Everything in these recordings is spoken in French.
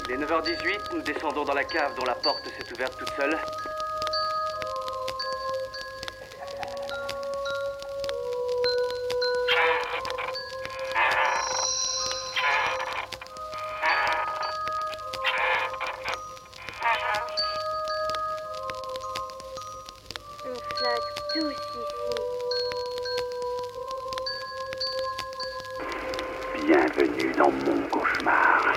Il est 9h18, nous descendons dans la cave dont la porte s'est ouverte toute seule. On flotte tous ici. Bienvenue dans mon cauchemar.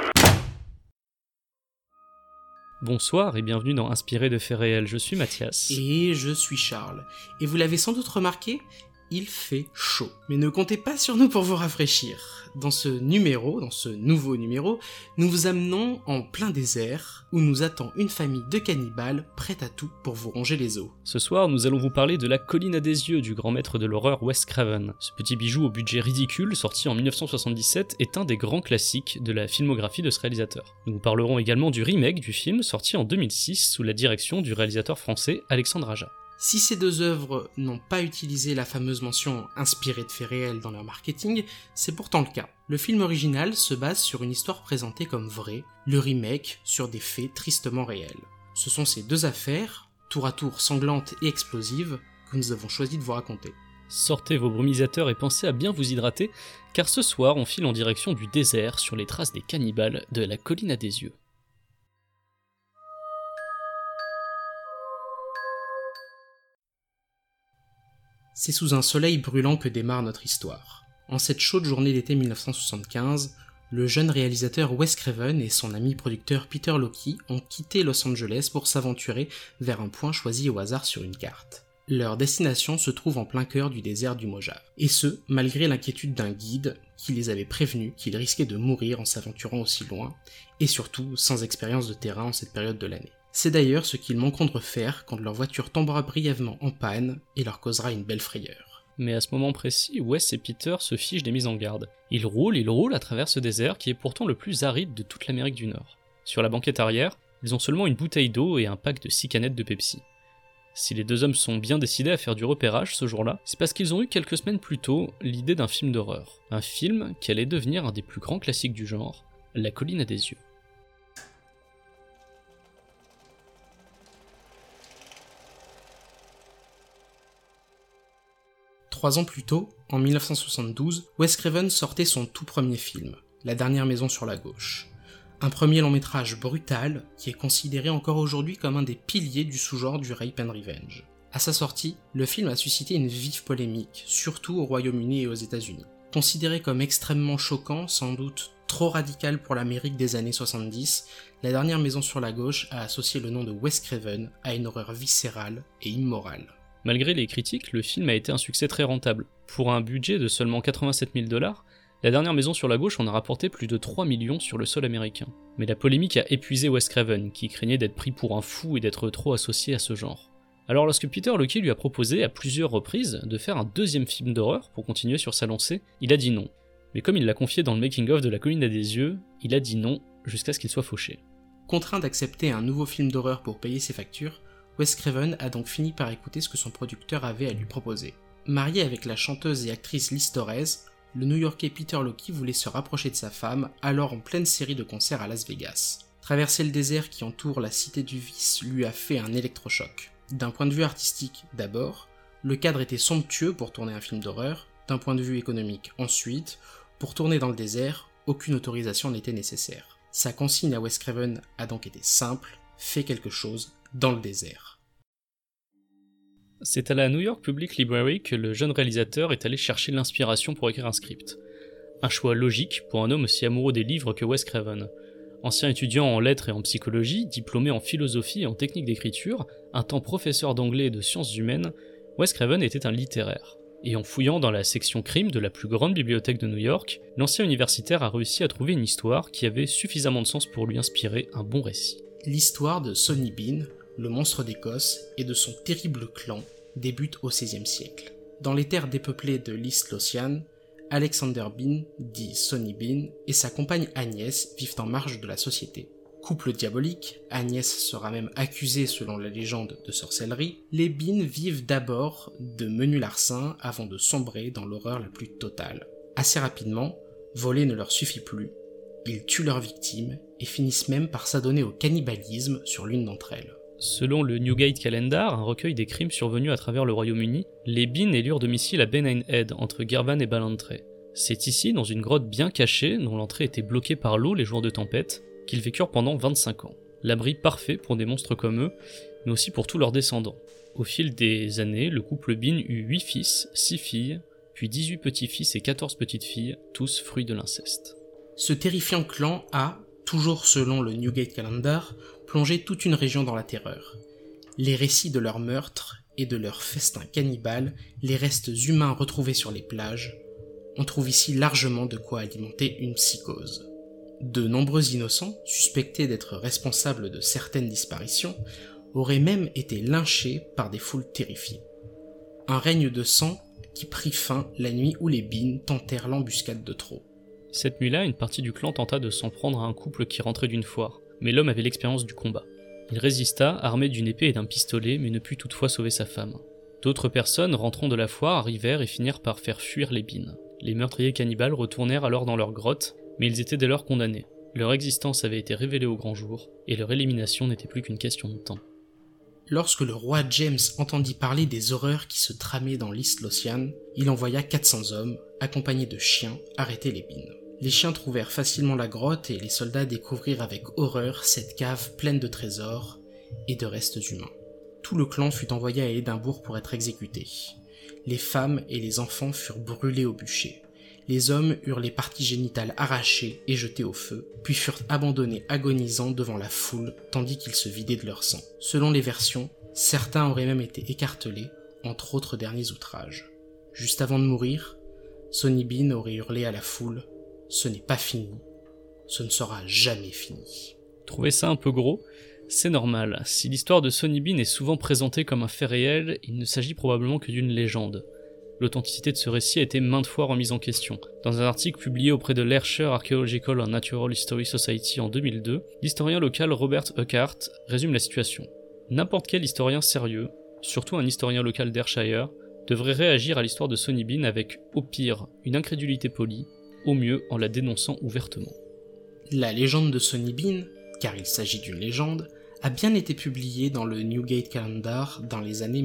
Bonsoir et bienvenue dans Inspiré de faits réels, je suis Mathias. Et je suis Charles. Et vous l'avez sans doute remarqué, il fait chaud. Mais ne comptez pas sur nous pour vous rafraîchir. Dans ce nouveau numéro, nous vous amenons en plein désert, où nous attend une famille de cannibales prête à tout pour vous ronger les os. Ce soir, nous allons vous parler de La Colline à des yeux du grand maître de l'horreur Wes Craven. Ce petit bijou au budget ridicule, sorti en 1977, est un des grands classiques de la filmographie de ce réalisateur. Nous vous parlerons également du remake du film, sorti en 2006 sous la direction du réalisateur français Alexandre Aja. Si ces deux œuvres n'ont pas utilisé la fameuse mention inspirée de faits réels dans leur marketing, c'est pourtant le cas. Le film original se base sur une histoire présentée comme vraie, le remake sur des faits tristement réels. Ce sont ces deux affaires, tour à tour sanglantes et explosives, que nous avons choisi de vous raconter. Sortez vos brumisateurs et pensez à bien vous hydrater, car ce soir on file en direction du désert sur les traces des cannibales de La Colline à des yeux. C'est sous un soleil brûlant que démarre notre histoire. En cette chaude journée d'été 1975, le jeune réalisateur Wes Craven et son ami producteur Peter Locke ont quitté Los Angeles pour s'aventurer vers un point choisi au hasard sur une carte. Leur destination se trouve en plein cœur du désert du Mojave. Et ce, malgré l'inquiétude d'un guide qui les avait prévenus qu'ils risquaient de mourir en s'aventurant aussi loin, et surtout sans expérience de terrain en cette période de l'année. C'est d'ailleurs ce qu'ils manqueront de refaire quand leur voiture tombera brièvement en panne et leur causera une belle frayeur. Mais à ce moment précis, Wes et Peter se fichent des mises en garde. Ils roulent à travers ce désert qui est pourtant le plus aride de toute l'Amérique du Nord. Sur la banquette arrière, ils ont seulement une bouteille d'eau et un pack de 6 canettes de Pepsi. Si les deux hommes sont bien décidés à faire du repérage ce jour-là, c'est parce qu'ils ont eu quelques semaines plus tôt l'idée d'un film d'horreur. Un film qui allait devenir un des plus grands classiques du genre, La Colline à des yeux. Trois ans plus tôt, en 1972, Wes Craven sortait son tout premier film, La Dernière Maison sur la Gauche. Un premier long métrage brutal qui est considéré encore aujourd'hui comme un des piliers du sous-genre du rape and revenge. À sa sortie, le film a suscité une vive polémique, surtout au Royaume-Uni et aux États-Unis. Considéré comme extrêmement choquant, sans doute trop radical pour l'Amérique des années 70, La Dernière Maison sur la Gauche a associé le nom de Wes Craven à une horreur viscérale et immorale. Malgré les critiques, le film a été un succès très rentable. Pour un budget de seulement 87 000 $, La Dernière Maison sur la Gauche en a rapporté plus de 3 millions sur le sol américain. Mais la polémique a épuisé Wes Craven, qui craignait d'être pris pour un fou et d'être trop associé à ce genre. Alors lorsque Peter Locke lui a proposé à plusieurs reprises de faire un deuxième film d'horreur pour continuer sur sa lancée, il a dit non. Mais comme il l'a confié dans le making-of de La Colline à des yeux, il a dit non jusqu'à ce qu'il soit fauché. Contraint d'accepter un nouveau film d'horreur pour payer ses factures, Wes Craven a donc fini par écouter ce que son producteur avait à lui proposer. Marié avec la chanteuse et actrice Liz Torres, le New-Yorkais Peter Locke voulait se rapprocher de sa femme, alors en pleine série de concerts à Las Vegas. Traverser le désert qui entoure la cité du vice lui a fait un électrochoc. D'un point de vue artistique d'abord, le cadre était somptueux pour tourner un film d'horreur, d'un point de vue économique ensuite, pour tourner dans le désert, aucune autorisation n'était nécessaire. Sa consigne à Wes Craven a donc été simple, fais quelque chose dans le désert. C'est à la New York Public Library que le jeune réalisateur est allé chercher l'inspiration pour écrire un script. Un choix logique pour un homme aussi amoureux des livres que Wes Craven. Ancien étudiant en lettres et en psychologie, diplômé en philosophie et en technique d'écriture, un temps professeur d'anglais et de sciences humaines, Wes Craven était un littéraire. Et en fouillant dans la section crime de la plus grande bibliothèque de New York, l'ancien universitaire a réussi à trouver une histoire qui avait suffisamment de sens pour lui inspirer un bon récit. L'histoire de Sonny Bean, le monstre d'Écosse, et de son terrible clan débute au XVIe siècle. Dans les terres dépeuplées de l'East Lothian, Alexander Bean, dit Sonny Bean, et sa compagne Agnès vivent en marge de la société. Couple diabolique, Agnès sera même accusée selon la légende de sorcellerie, les Bean vivent d'abord de menus larcins avant de sombrer dans l'horreur la plus totale. Assez rapidement, voler ne leur suffit plus, ils tuent leurs victimes et finissent même par s'adonner au cannibalisme sur l'une d'entre elles. Selon le Newgate Calendar, un recueil des crimes survenus à travers le Royaume-Uni, les Bean élurent domicile à Benign Head, entre Girvan et Ballantrae. C'est ici, dans une grotte bien cachée, dont l'entrée était bloquée par l'eau les jours de tempête, qu'ils vécurent pendant 25 ans. L'abri parfait pour des monstres comme eux, mais aussi pour tous leurs descendants. Au fil des années, le couple Bean eut 8 fils, 6 filles, puis 18 petits-fils et 14 petites-filles, tous fruits de l'inceste. Ce terrifiant clan a, toujours selon le Newgate Calendar, plongé toute une région dans la terreur. Les récits de leurs meurtres et de leurs festins cannibales, les restes humains retrouvés sur les plages, on trouve ici largement de quoi alimenter une psychose. De nombreux innocents, suspectés d'être responsables de certaines disparitions, auraient même été lynchés par des foules terrifiées. Un règne de sang qui prit fin la nuit où les Bean tentèrent l'embuscade de trop. Cette nuit-là, une partie du clan tenta de s'en prendre à un couple qui rentrait d'une foire, mais l'homme avait l'expérience du combat. Il résista, armé d'une épée et d'un pistolet, mais ne put toutefois sauver sa femme. D'autres personnes, rentrant de la foire, arrivèrent et finirent par faire fuir les Bean. Les meurtriers cannibales retournèrent alors dans leur grotte, mais ils étaient dès lors condamnés. Leur existence avait été révélée au grand jour, et leur élimination n'était plus qu'une question de temps. Lorsque le roi James entendit parler des horreurs qui se tramaient dans l'East Lothian, il envoya 400 hommes, accompagnés de chiens, arrêter les Bean. Les chiens trouvèrent facilement la grotte et les soldats découvrirent avec horreur cette cave pleine de trésors et de restes humains. Tout le clan fut envoyé à Édimbourg pour être exécuté. Les femmes et les enfants furent brûlés au bûcher. Les hommes eurent les parties génitales arrachées et jetées au feu, puis furent abandonnés agonisants devant la foule tandis qu'ils se vidaient de leur sang. Selon les versions, certains auraient même été écartelés, entre autres derniers outrages. Juste avant de mourir, Sonny Bean aurait hurlé à la foule « Ce n'est pas fini, ce ne sera jamais fini ». Trouvez ça un peu gros ? C'est normal. Si l'histoire de Sonny Bean est souvent présentée comme un fait réel, il ne s'agit probablement que d'une légende. L'authenticité de ce récit a été maintes fois remise en question. Dans un article publié auprès de l'Ayrshire Archaeological and Natural History Society en 2002, l'historien local Robert Urquhart résume la situation. N'importe quel historien sérieux, surtout un historien local d'Ayrshire, devrait réagir à l'histoire de Sonny Bean avec, au pire, une incrédulité polie, au mieux en la dénonçant ouvertement. La légende de Sonny Bean, car il s'agit d'une légende, a bien été publiée dans le Newgate Calendar dans les années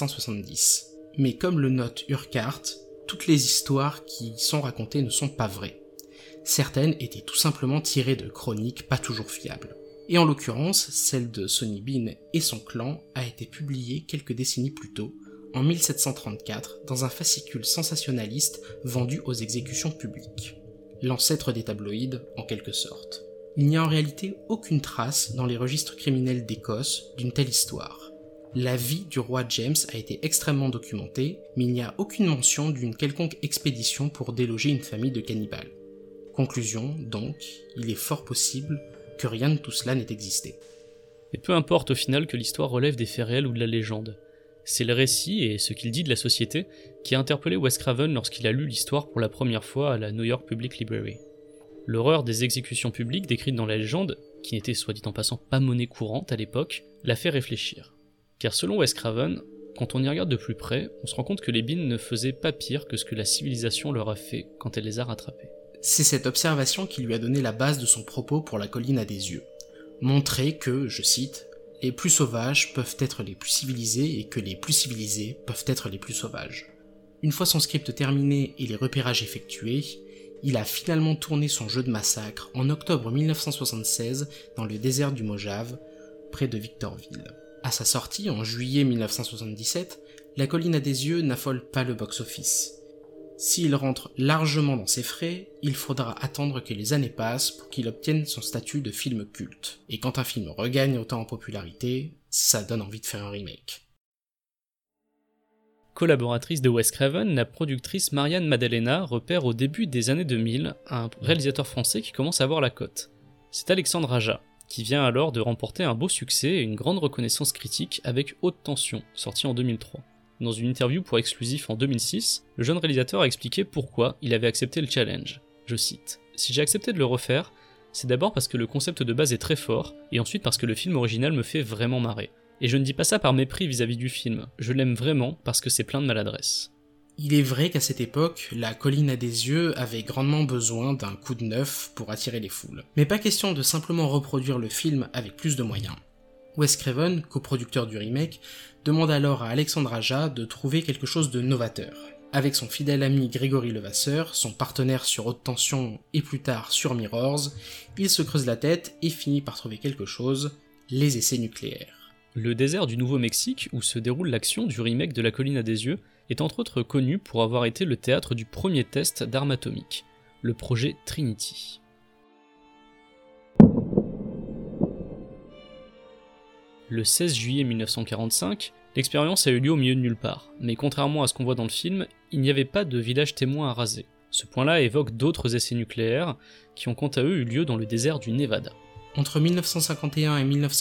1770. Mais comme le note Urquhart, toutes les histoires qui y sont racontées ne sont pas vraies. Certaines étaient tout simplement tirées de chroniques pas toujours fiables. Et en l'occurrence, celle de Sonny Bean et son clan a été publiée quelques décennies plus tôt, en 1734, dans un fascicule sensationnaliste vendu aux exécutions publiques. L'ancêtre des tabloïds, en quelque sorte. Il n'y a en réalité aucune trace dans les registres criminels d'Écosse d'une telle histoire. La vie du roi James a été extrêmement documentée, mais il n'y a aucune mention d'une quelconque expédition pour déloger une famille de cannibales. Conclusion, donc, il est fort possible que rien de tout cela n'ait existé. Et peu importe au final que l'histoire relève des faits réels ou de la légende. C'est le récit et ce qu'il dit de la société qui a interpellé Wes Craven lorsqu'il a lu l'histoire pour la première fois à la New York Public Library. L'horreur des exécutions publiques décrites dans la légende, qui n'était soit dit en passant pas monnaie courante à l'époque, l'a fait réfléchir. Car selon Wes Craven, quand on y regarde de plus près, on se rend compte que les Bean ne faisaient pas pire que ce que la civilisation leur a fait quand elle les a rattrapés. C'est cette observation qui lui a donné la base de son propos pour La colline à des yeux. Montrer que, je cite, « les plus sauvages peuvent être les plus civilisés et que les plus civilisés peuvent être les plus sauvages ». Une fois son script terminé et les repérages effectués, il a finalement tourné son jeu de massacre en octobre 1976 dans le désert du Mojave, près de Victorville. À sa sortie en juillet 1977, La colline à des yeux n'affole pas le box-office. S'il rentre largement dans ses frais, il faudra attendre que les années passent pour qu'il obtienne son statut de film culte. Et quand un film regagne autant en popularité, ça donne envie de faire un remake. Collaboratrice de Wes Craven, la productrice Marianne Maddalena repère au début des années 2000 un réalisateur français qui commence à avoir la cote. C'est Alexandre Aja, qui vient alors de remporter un beau succès et une grande reconnaissance critique avec Haute Tension, sorti en 2003. Dans une interview pour Exclusif en 2006, le jeune réalisateur a expliqué pourquoi il avait accepté le challenge. Je cite : « Si j'ai accepté de le refaire, c'est d'abord parce que le concept de base est très fort, et ensuite parce que le film original me fait vraiment marrer. Et je ne dis pas ça par mépris vis-à-vis du film, je l'aime vraiment parce que c'est plein de maladresse. » Il est vrai qu'à cette époque, la colline à des yeux avait grandement besoin d'un coup de neuf pour attirer les foules. Mais pas question de simplement reproduire le film avec plus de moyens. Wes Craven, coproducteur du remake, demande alors à Alexandre Aja de trouver quelque chose de novateur. Avec son fidèle ami Grégory Levasseur, son partenaire sur Haute Tension et plus tard sur Mirrors, il se creuse la tête et finit par trouver quelque chose, les essais nucléaires. Le désert du Nouveau-Mexique, où se déroule l'action du remake de La Colline à des yeux, est entre autres connu pour avoir été le théâtre du premier test d'armes atomiques, le projet Trinity. Le 16 juillet 1945, l'expérience a eu lieu au milieu de nulle part, mais contrairement à ce qu'on voit dans le film, il n'y avait pas de village témoin à raser. Ce point-là évoque d'autres essais nucléaires qui ont quant à eux eu lieu dans le désert du Nevada. Entre 1951 et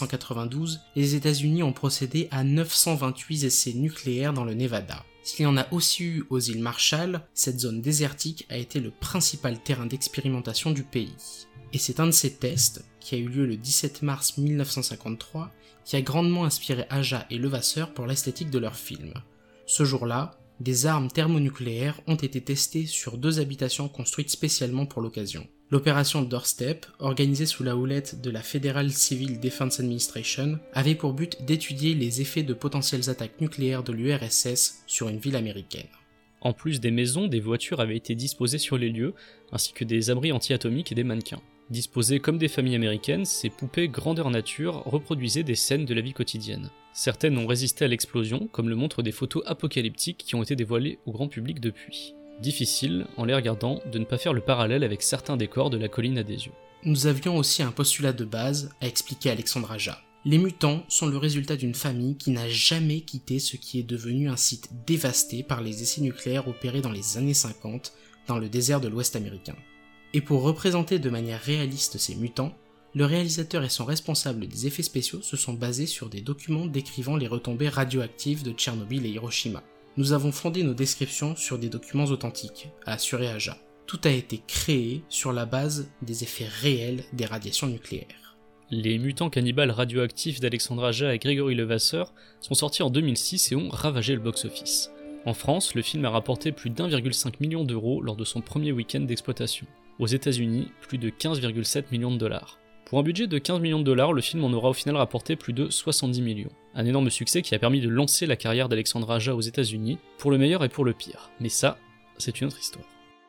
1992, les États-Unis ont procédé à 928 essais nucléaires dans le Nevada. S'il y en a aussi eu aux îles Marshall, cette zone désertique a été le principal terrain d'expérimentation du pays. Et c'est un de ces tests, qui a eu lieu le 17 mars 1953, qui a grandement inspiré Aja et Levasseur pour l'esthétique de leur film. Ce jour-là, des armes thermonucléaires ont été testées sur 2 habitations construites spécialement pour l'occasion. L'opération Doorstep, organisée sous la houlette de la Federal Civil Defense Administration, avait pour but d'étudier les effets de potentielles attaques nucléaires de l'URSS sur une ville américaine. En plus des maisons, des voitures avaient été disposées sur les lieux, ainsi que des abris anti-atomiques et des mannequins. Disposées comme des familles américaines, ces poupées grandeur nature reproduisaient des scènes de la vie quotidienne. Certaines ont résisté à l'explosion, comme le montrent des photos apocalyptiques qui ont été dévoilées au grand public depuis. Difficile, en les regardant, de ne pas faire le parallèle avec certains décors de La Colline à des yeux. Nous avions aussi un postulat de base à expliquer à Alexandre Aja. Les mutants sont le résultat d'une famille qui n'a jamais quitté ce qui est devenu un site dévasté par les essais nucléaires opérés dans les années 50 dans le désert de l'Ouest américain. Et pour représenter de manière réaliste ces mutants, le réalisateur et son responsable des effets spéciaux se sont basés sur des documents décrivant les retombées radioactives de Tchernobyl et Hiroshima. Nous avons fondé nos descriptions sur des documents authentiques, a assuré Aja. Tout a été créé sur la base des effets réels des radiations nucléaires. Les mutants cannibales radioactifs d'Alexandre Aja et Grégory Levasseur sont sortis en 2006 et ont ravagé le box-office. En France, le film a rapporté plus d'1,5 million d'euros lors de son premier week-end d'exploitation. Aux États-Unis, plus de 15,7 millions de dollars. Pour un budget de 15 millions de dollars, le film en aura au final rapporté plus de 70 millions. Un énorme succès qui a permis de lancer la carrière d'Alexandre Aja aux États-Unis, pour le meilleur et pour le pire. Mais ça, c'est une autre histoire.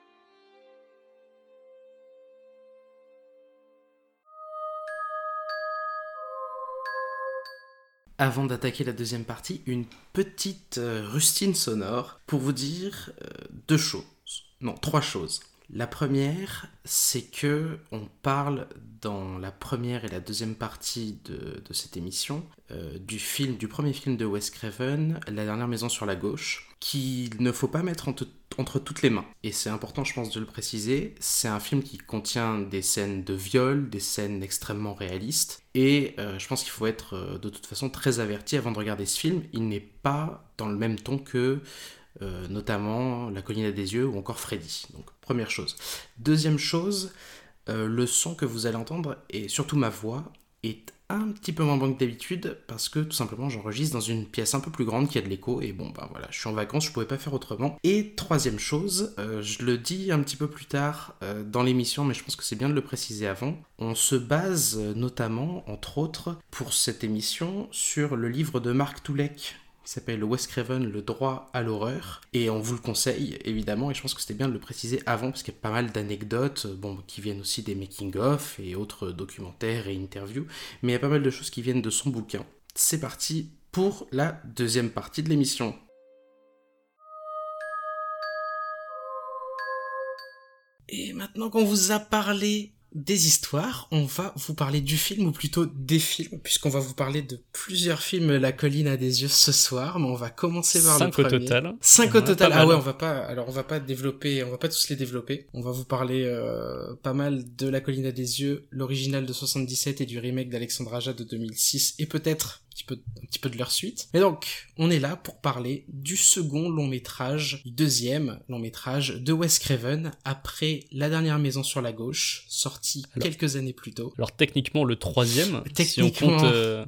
Avant d'attaquer la deuxième partie, une petite rustine sonore pour vous dire 3 choses. La première, c'est que on parle dans la première et la deuxième partie de cette émission du premier film de Wes Craven, La dernière maison sur la gauche, qu'il ne faut pas mettre entre toutes les mains. Et c'est important, je pense, de le préciser, c'est un film qui contient des scènes de viol, des scènes extrêmement réalistes, et je pense qu'il faut être de toute façon très averti avant de regarder ce film. Il n'est pas dans le même ton que notamment La Colline à des yeux ou encore Freddy. Donc première chose. Deuxième chose, le son que vous allez entendre, et surtout ma voix, est un petit peu moins bon que d'habitude parce que tout simplement j'enregistre dans une pièce un peu plus grande qui a de l'écho et bon ben voilà, je suis en vacances, je pouvais pas faire autrement. Et troisième chose, je le dis un petit peu plus tard dans l'émission, mais je pense que c'est bien de le préciser avant, on se base notamment, entre autres, pour cette émission sur le livre de Mark Toulek qui s'appelle Wes Craven, le droit à l'horreur, et on vous le conseille évidemment, et je pense que c'était bien de le préciser avant parce qu'il y a pas mal d'anecdotes qui viennent aussi des making-of et autres documentaires et interviews, mais il y a pas mal de choses qui viennent de son bouquin. C'est parti pour la deuxième partie de l'émission. Et maintenant qu'on vous a parlé des histoires, on va vous parler du film, ou plutôt des films, puisqu'on va vous parler de plusieurs films La Colline à des yeux ce soir, mais on va commencer par le premier. 5 au total. 5 au total. Ah ouais, on va pas tous les développer. On va vous parler pas mal de La Colline à des yeux, l'original de 77 et du remake d'Alexandre Aja de 2006, et peut-être petit peu de leur suite. Et donc, on est là pour parler du second long métrage, du deuxième long métrage de Wes Craven, après La dernière maison sur la gauche, sorti quelques années plus tôt. Alors techniquement le troisième, si on compte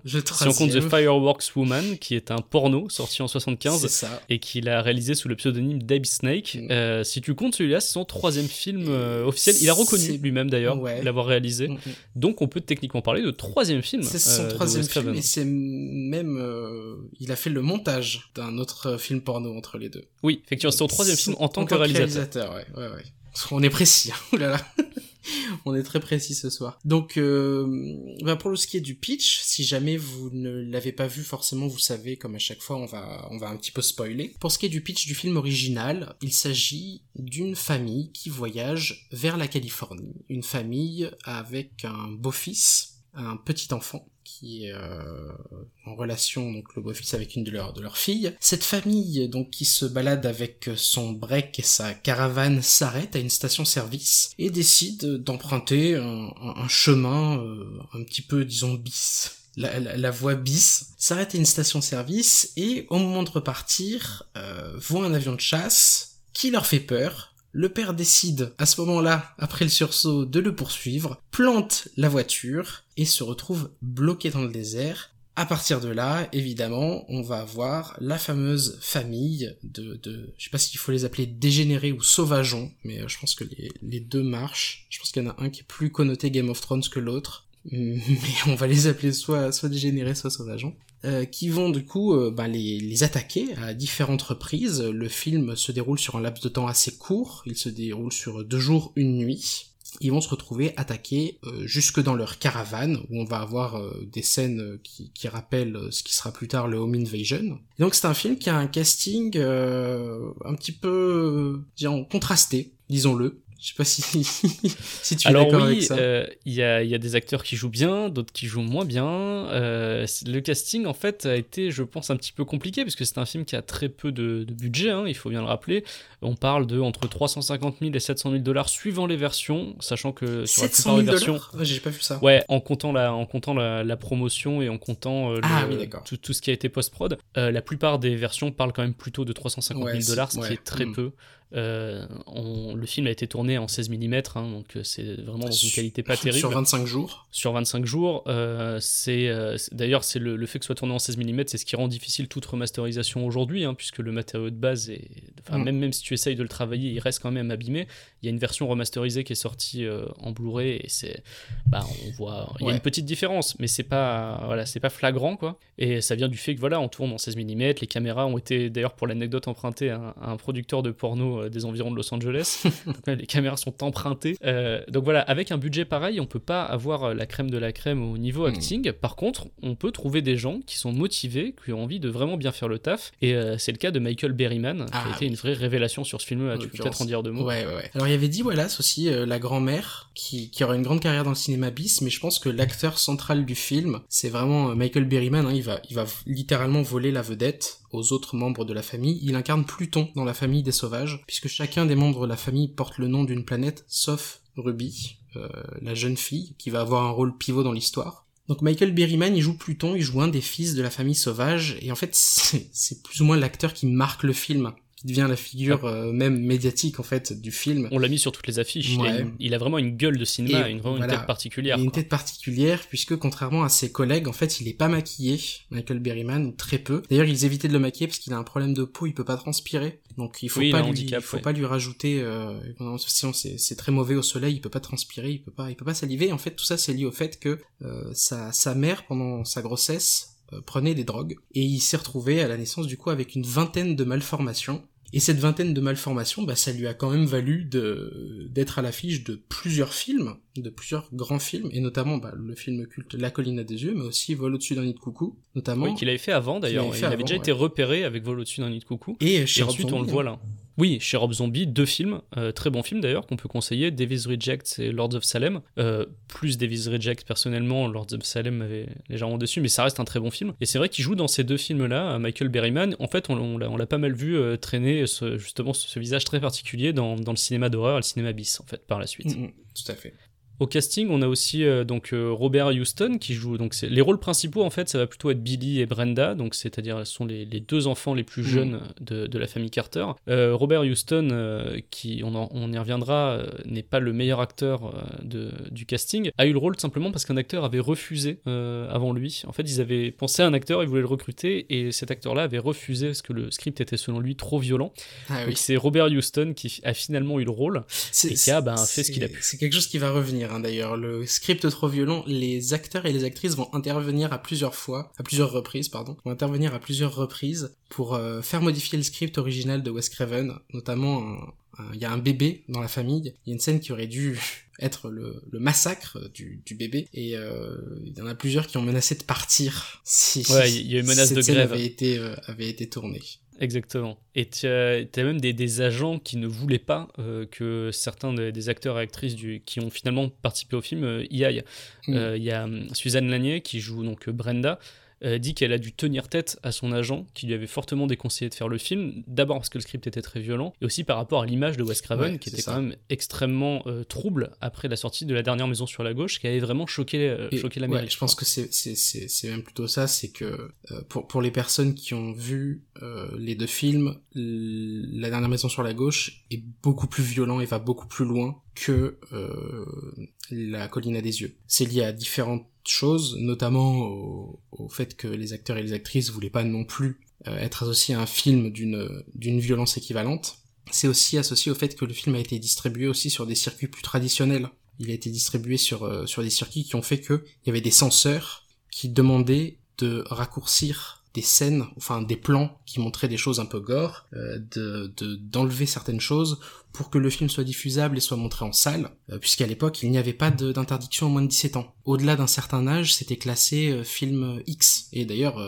The Fireworks Woman, qui est un porno sorti en 75, c'est ça. Et qu'il a réalisé sous le pseudonyme Dave Snake. Si tu comptes celui-là, c'est son troisième film officiel. Il a reconnu lui-même d'ailleurs l'avoir réalisé. Donc on peut techniquement parler de troisième film. C'est son troisième film, et c'est même il a fait le montage d'un autre film porno entre les deux. Oui, effectivement, c'est son troisième film en tant que réalisateur. Ouais. On est précis, hein. Ouh là là. On est très précis ce soir. Donc, pour ce qui est du pitch, si jamais vous ne l'avez pas vu, forcément, vous savez, comme à chaque fois, on va un petit peu spoiler. Pour ce qui est du pitch du film original, il s'agit d'une famille qui voyage vers la Californie. Une famille avec un beau-fils, un petit enfant, qui est en relation, donc le beau-fils, avec une de leurs filles. Cette famille, donc, qui se balade avec son break et sa caravane, s'arrête à une station-service et décide d'emprunter un chemin un petit peu, disons, bis. La voie bis s'arrête à une station-service et, au moment de repartir, voit un avion de chasse qui leur fait peur. Le père décide, à ce moment-là, après le sursaut, de le poursuivre, plante la voiture et se retrouve bloqué dans le désert. À partir de là, évidemment, on va avoir la fameuse famille de je sais pas s'il faut les appeler dégénérés ou sauvageons, mais je pense que les deux marchent. Je pense qu'il y en a un qui est plus connoté Game of Thrones que l'autre, mais on va les appeler soit dégénérés, soit sauvageons. Qui vont du coup les attaquer à différentes reprises. Le film se déroule sur un laps de temps assez court, il se déroule sur 2 jours, 1 nuit. Ils vont se retrouver attaqués jusque dans leur caravane, où on va avoir des scènes qui rappellent ce qui sera plus tard le Home Invasion. Et donc c'est un film qui a un casting un petit peu contrasté, disons-le. Je sais pas si tu es d'accord avec ça. Il y a des acteurs qui jouent bien, d'autres qui jouent moins bien. Le casting, en fait, a été, je pense, un petit peu compliqué, parce que c'est un film qui a très peu de budget, hein, il faut bien le rappeler. On parle de entre 350 000 et 700 000 $ suivant les versions, sachant que sur la plupart des versions... J'ai pas vu ça. Ouais, en comptant la promotion et en comptant tout ce qui a été post-prod. La plupart des versions parlent quand même plutôt de 350 000 $, ce qui est très peu. Le film a été tourné en 16 mm, hein, donc c'est vraiment dans une qualité pas terrible. Sur 25 jours. Sur 25 jours. D'ailleurs, c'est le fait que ce soit tourné en 16 mm, c'est ce qui rend difficile toute remasterisation aujourd'hui, hein, puisque le matériau de base est... même si tu essayes de le travailler, il reste quand même abîmé. Il y a une version remasterisée qui est sortie en Blu-ray, et c'est... on voit... Il y a une petite différence, mais c'est pas flagrant, quoi. Et ça vient du fait que, on tourne en 16 mm, les caméras ont été, d'ailleurs, pour l'anecdote, empruntées à un producteur de porno des environs de Los Angeles. Donc, les caméras sont empruntées. Donc voilà, avec un budget pareil, on peut pas avoir la crème de la crème au niveau acting. Par contre, on peut trouver des gens qui sont motivés, qui ont envie de vraiment bien faire le taf. Et c'est le cas de Michael Berryman, qui a été une vraie révélation sur ce film-là. Tu peux peut-être en dire 2 mots. Ouais. Alors il y avait Dee Wallace aussi, la grand-mère, qui aura une grande carrière dans le cinéma bis, mais je pense que l'acteur central du film, c'est vraiment Michael Berryman. Hein, il va littéralement voler la vedette aux autres membres de la famille. Il incarne Pluton dans la famille des sauvages, puisque chacun des membres de la famille porte le nom d'une planète, sauf Ruby, la jeune fille, qui va avoir un rôle pivot dans l'histoire. Donc Michael Berryman, il joue Pluton, il joue un des fils de la famille sauvage, et en fait, c'est plus ou moins l'acteur qui marque le film, qui devient la figure même médiatique en fait du film. On l'a mis sur toutes les affiches. Il a vraiment une gueule de cinéma, une tête particulière. Une tête particulière, puisque contrairement à ses collègues, en fait, il est pas maquillé, Michael Berryman, ou très peu. D'ailleurs, ils évitaient de le maquiller parce qu'il a un problème de peau, il peut pas transpirer. Donc il faut pas lui rajouter sinon c'est très mauvais au soleil, il peut pas transpirer, il peut pas saliver. En fait, tout ça c'est lié au fait que sa mère pendant sa grossesse prenait des drogues, et il s'est retrouvé à la naissance du coup avec une 20aine de malformations. Et cette 20aine de malformations, ça lui a quand même valu d'être à l'affiche de plusieurs films, de plusieurs grands films, et notamment le film culte La colline à des yeux, mais aussi Vol au-dessus d'un nid de coucou, notamment. Oui, qu'il avait fait avant d'ailleurs. Il avait déjà été repéré avec Vol au-dessus d'un nid de coucou. Et ensuite on le voit là. Oui, chez Rob Zombie, 2 films, très bons films d'ailleurs, qu'on peut conseiller, Devil's Rejects et Lords of Salem. Plus Devil's Rejects personnellement, Lords of Salem m'avait légèrement déçu, mais ça reste un très bon film. Et c'est vrai qu'il joue dans ces 2 films-là, Michael Berryman. En fait, on l'a pas mal vu traîner justement ce visage très particulier dans le cinéma d'horreur et le cinéma bis, en fait, par la suite. Tout à fait. Au casting, on a aussi Robert Houston qui joue. Donc les rôles principaux, en fait, ça va plutôt être Billy et Brenda, donc c'est-à-dire ce sont les deux enfants les plus jeunes de la famille Carter. Robert Houston, qui on y reviendra, n'est pas le meilleur acteur du casting, a eu le rôle simplement parce qu'un acteur avait refusé avant lui. En fait, ils avaient pensé à un acteur, ils voulaient le recruter, et cet acteur-là avait refusé parce que le script était selon lui trop violent. Donc c'est Robert Houston qui a finalement eu le rôle et qui a fait ce qu'il a pu. C'est quelque chose qui va revenir. D'ailleurs, le script trop violent, les acteurs et les actrices vont intervenir à plusieurs reprises, pour faire modifier le script original de Wes Craven. Notamment, il y a un bébé dans la famille. Il y a une scène qui aurait dû être le massacre du bébé, et il y en a plusieurs qui ont menacé de partir si il y a une menace de grève avait été tournée. Exactement. Et t'as même des agents qui ne voulaient pas que certains des acteurs et actrices qui ont finalement participé au film y aillent. Il y a Suzanne Lanier qui joue donc Brenda, dit qu'elle a dû tenir tête à son agent qui lui avait fortement déconseillé de faire le film, d'abord parce que le script était très violent, et aussi par rapport à l'image de Wes Craven qui était quand même extrêmement trouble après la sortie de La Dernière Maison sur la gauche, qui avait vraiment choqué l'Amérique. Je pense que c'est même plutôt ça, c'est que pour les personnes qui ont vu les deux films, La Dernière Maison sur la gauche est beaucoup plus violent et va beaucoup plus loin que La Colline à des yeux. C'est lié à différentes choses, notamment au fait que les acteurs et les actrices voulaient pas non plus être associés à un film d'une violence équivalente. C'est aussi associé au fait que le film a été distribué aussi sur des circuits plus traditionnels. Il a été distribué sur des circuits qui ont fait que il y avait des censeurs qui demandaient de raccourcir des scènes, enfin des plans qui montraient des choses un peu gore, d'enlever certaines choses pour que le film soit diffusable et soit montré en salle, puisqu'à l'époque il n'y avait pas d'interdiction au moins de 17 ans. Au-delà d'un certain âge, c'était classé film X, et d'ailleurs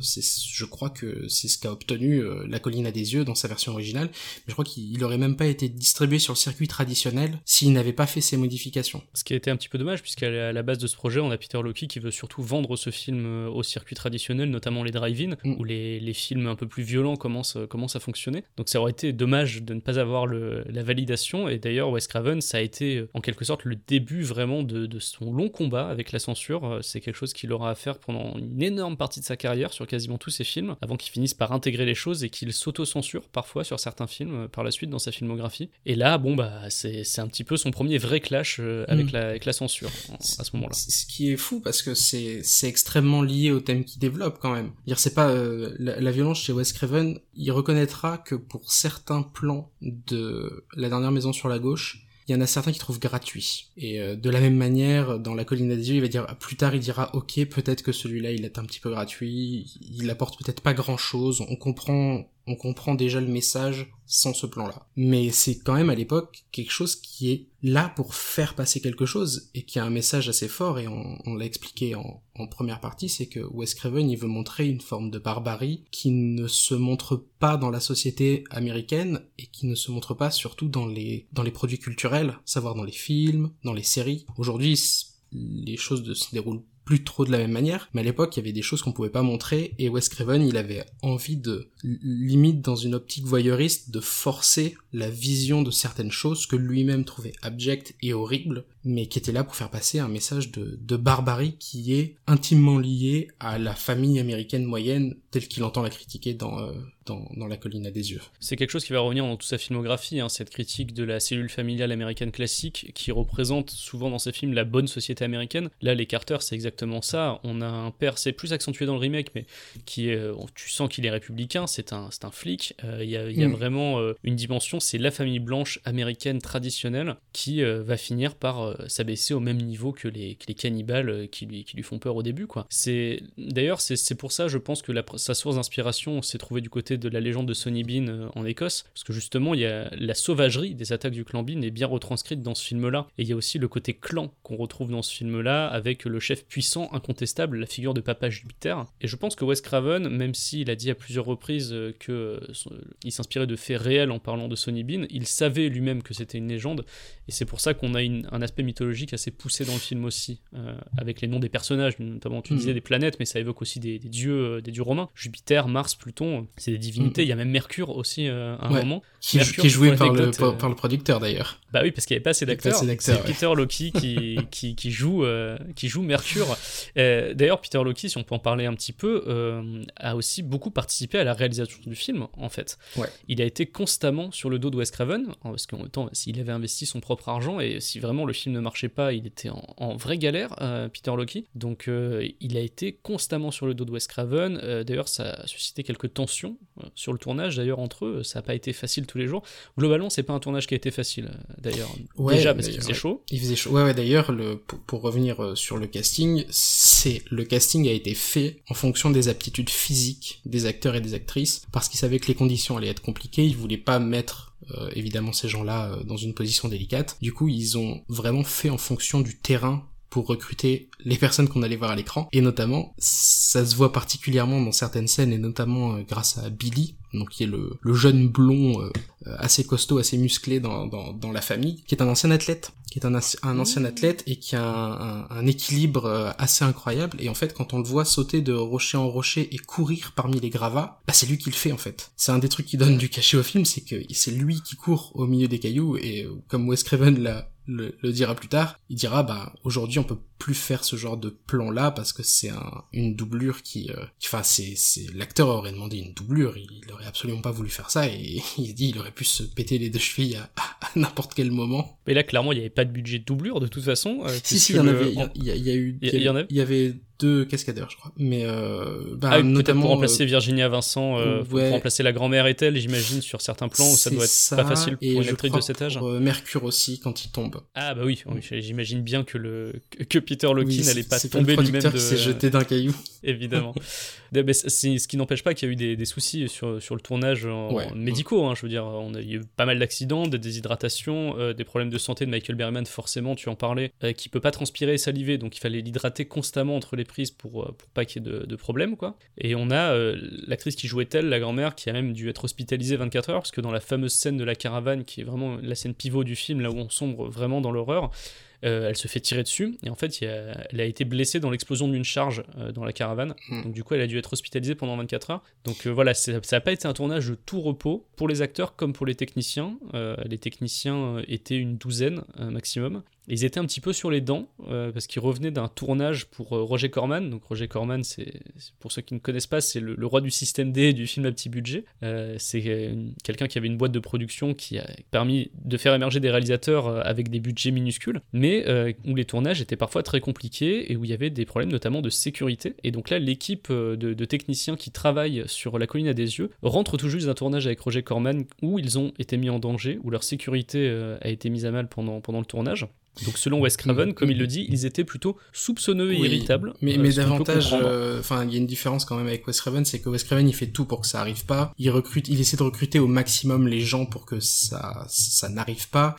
je crois que c'est ce qu'a obtenu La Colline à des yeux dans sa version originale, mais je crois qu'il aurait même pas été distribué sur le circuit traditionnel s'il n'avait pas fait ces modifications. Ce qui a été un petit peu dommage, puisqu'à la base de ce projet, on a Peter Locke qui veut surtout vendre ce film au circuit traditionnel, notamment les drive-in, où les films un peu plus violents commencent à fonctionner. Donc ça aurait été dommage de ne pas avoir la validation, et d'ailleurs Wes Craven, ça a été en quelque sorte le début vraiment de son long combat avec la censure. C'est quelque chose qu'il aura à faire pendant une énorme partie de sa carrière sur quasiment tous ses films, avant qu'il finisse par intégrer les choses et qu'il s'auto-censure parfois sur certains films par la suite dans sa filmographie. Et là, c'est un petit peu son premier vrai clash avec la censure à ce moment-là. Ce qui est fou, parce que c'est extrêmement lié au thème qu'il développe quand même. C'est pas la violence chez Wes Craven, il reconnaîtra que pour certains plans de La Dernière Maison sur la gauche, il y en a certains qui trouvent gratuits. Et de la même manière, dans La Colline à des yeux, il va dire, plus tard, il dira, ok, peut-être que celui-là, il est un petit peu gratuit, il apporte peut-être pas grand-chose, on comprend déjà le message sans ce plan-là. Mais c'est quand même à l'époque quelque chose qui est là pour faire passer quelque chose, et qui a un message assez fort, et on l'a expliqué en première partie, c'est que Wes Craven, il veut montrer une forme de barbarie qui ne se montre pas dans la société américaine, et qui ne se montre pas surtout dans les produits culturels, savoir dans les films, dans les séries. Aujourd'hui, les choses se déroulent plus trop de la même manière, mais à l'époque, il y avait des choses qu'on pouvait pas montrer, et Wes Craven, il avait envie limite dans une optique voyeuriste, de forcer la vision de certaines choses que lui-même trouvait abjectes et horribles, mais qui étaient là pour faire passer un message de barbarie qui est intimement lié à la famille américaine moyenne, telle qu'il entend la critiquer dans La Colline à des yeux. C'est quelque chose qui va revenir dans toute sa filmographie, cette critique de la cellule familiale américaine classique, qui représente souvent dans ses films la bonne société américaine. Là, les Carter, c'est exactement ça. On a un père, c'est plus accentué dans le remake, mais qui est, tu sens qu'il est républicain, c'est un flic. Il y a vraiment une dimension, c'est la famille blanche américaine traditionnelle qui va finir par s'abaisser au même niveau que les cannibales qui lui font peur au début, quoi. D'ailleurs, c'est pour ça, je pense que sa source d'inspiration s'est trouvée du côté de la légende de Sonny Bean en Écosse, parce que justement, il y a la sauvagerie des attaques du clan Bean est bien retranscrite dans ce film-là, et il y a aussi le côté clan qu'on retrouve dans ce film-là, avec le chef puissant, incontestable, la figure de Papa Jupiter. Et je pense que Wes Craven, même s'il a dit à plusieurs reprises qu'il s'inspirait de faits réels en parlant de Sonny Bean, il savait lui-même que c'était une légende, et c'est pour ça qu'on a un aspect mythologique assez poussé dans le film aussi, avec les noms des personnages, notamment tu disais des planètes, mais ça évoque aussi des dieux romains. Jupiter, Mars, Pluton, c'est des divinités. Il y a même Mercure aussi à un moment. Qui Mercure, est joué pour par l'anecdote, le producteur d'ailleurs. Bah oui, parce qu'il n'y avait pas assez d'acteurs. C'est ouais. Peter Locke qui joue Mercure. D'ailleurs, Peter Locke, si on peut en parler un petit peu, a aussi beaucoup participé à la réalisation du film, en fait. Ouais. Il a été constamment sur le dos de Wes Craven, parce qu'en même temps, s'il avait investi son propre argent, et si vraiment le film ne marchait pas, il était en vraie galère, Peter Locke. Donc, il a été constamment sur le dos de Wes Craven. D'ailleurs, ça a suscité quelques tensions sur le tournage. D'ailleurs, entre eux, ça n'a pas été facile tous les jours. Globalement, c'est pas un tournage qui a été facile, d'ailleurs. Ouais, déjà, parce qu'il faisait chaud. Il faisait chaud. Ouais, d'ailleurs, pour revenir sur le casting, le casting a été fait en fonction des aptitudes physiques des acteurs et des actrices, parce qu'ils savaient que les conditions allaient être compliquées, ils voulaient pas mettre évidemment ces gens-là dans une position délicate. Du coup, ils ont vraiment fait en fonction du terrain pour recruter les personnes qu'on allait voir à l'écran, et notamment, ça se voit particulièrement dans certaines scènes, et notamment grâce à Billy, donc qui est le jeune blond assez costaud, assez musclé dans la famille, qui est un ancien athlète, ancien athlète et qui a un équilibre assez incroyable, et en fait quand on le voit sauter de rocher en rocher et courir parmi les gravats, bah c'est lui qui le fait en fait. C'est un des trucs qui donne du cachet au film, c'est que c'est lui qui court au milieu des cailloux, et comme Wes Craven le dira plus tard, il dira bah aujourd'hui on peut plus faire ce genre de plan là parce que c'est une doublure enfin c'est l'acteur aurait demandé une doublure, il aurait absolument pas voulu faire ça, et il dit il aurait pu se péter les deux chevilles à n'importe quel moment. Mais là clairement il y avait pas de budget de doublure de toute façon. Si il y en avait, il y avait 2 cascadeurs je crois, mais notamment pour remplacer Virginia Vincent, pour remplacer la grand-mère Ethel, j'imagine, sur certains plans où ça doit être pas facile pour une actrice de cet âge. Mercure aussi quand il tombe. Ah bah oui, j'imagine bien que Peter Locke n'allait pas tomber lui-même lui-même qui s'est jeté d'un caillou. Évidemment. Mais c'est ce qui n'empêche pas qu'il y a eu des soucis sur le tournage médicaux, hein, je veux dire, on a eu pas mal d'accidents, des déshydratations, des problèmes de santé de Michael Berryman, forcément tu en parlais, qui peut pas transpirer et saliver, donc il fallait l'hydrater constamment entre les prises pour pas qu'il y ait de problème, quoi. Et on a l'actrice qui jouait elle, la grand-mère, qui a même dû être hospitalisée 24 heures, parce que dans la fameuse scène de la caravane, qui est vraiment la scène pivot du film, là où on sombre vraiment dans l'horreur, elle se fait tirer dessus, et en fait elle a été blessée dans l'explosion d'une charge dans la caravane, donc du coup elle a dû être hospitalisée pendant 24 heures. Donc voilà, ça n'a pas été un tournage de tout repos pour les acteurs comme pour les techniciens. Les techniciens étaient une douzaine maximum. Ils étaient un petit peu sur les dents parce qu'ils revenaient d'un tournage pour Roger Corman. Donc Roger Corman, c'est pour ceux qui ne connaissent pas, c'est le roi du système D du film à petit budget. C'est quelqu'un qui avait une boîte de production qui a permis de faire émerger des réalisateurs avec des budgets minuscules, mais où les tournages étaient parfois très compliqués et où il y avait des problèmes notamment de sécurité. Et donc là, l'équipe de techniciens qui travaillent sur La Colline à des yeux rentre tout juste d'un tournage avec Roger Corman où ils ont été mis en danger, où leur sécurité a été mise à mal pendant le tournage. Donc selon Wes Craven, comme il le dit, ils étaient plutôt soupçonneux et irritables. Mais davantage, il y a une différence quand même avec Wes Craven, c'est que Wes Craven il fait tout pour que ça arrive pas. Il essaie de recruter au maximum les gens pour que ça n'arrive pas.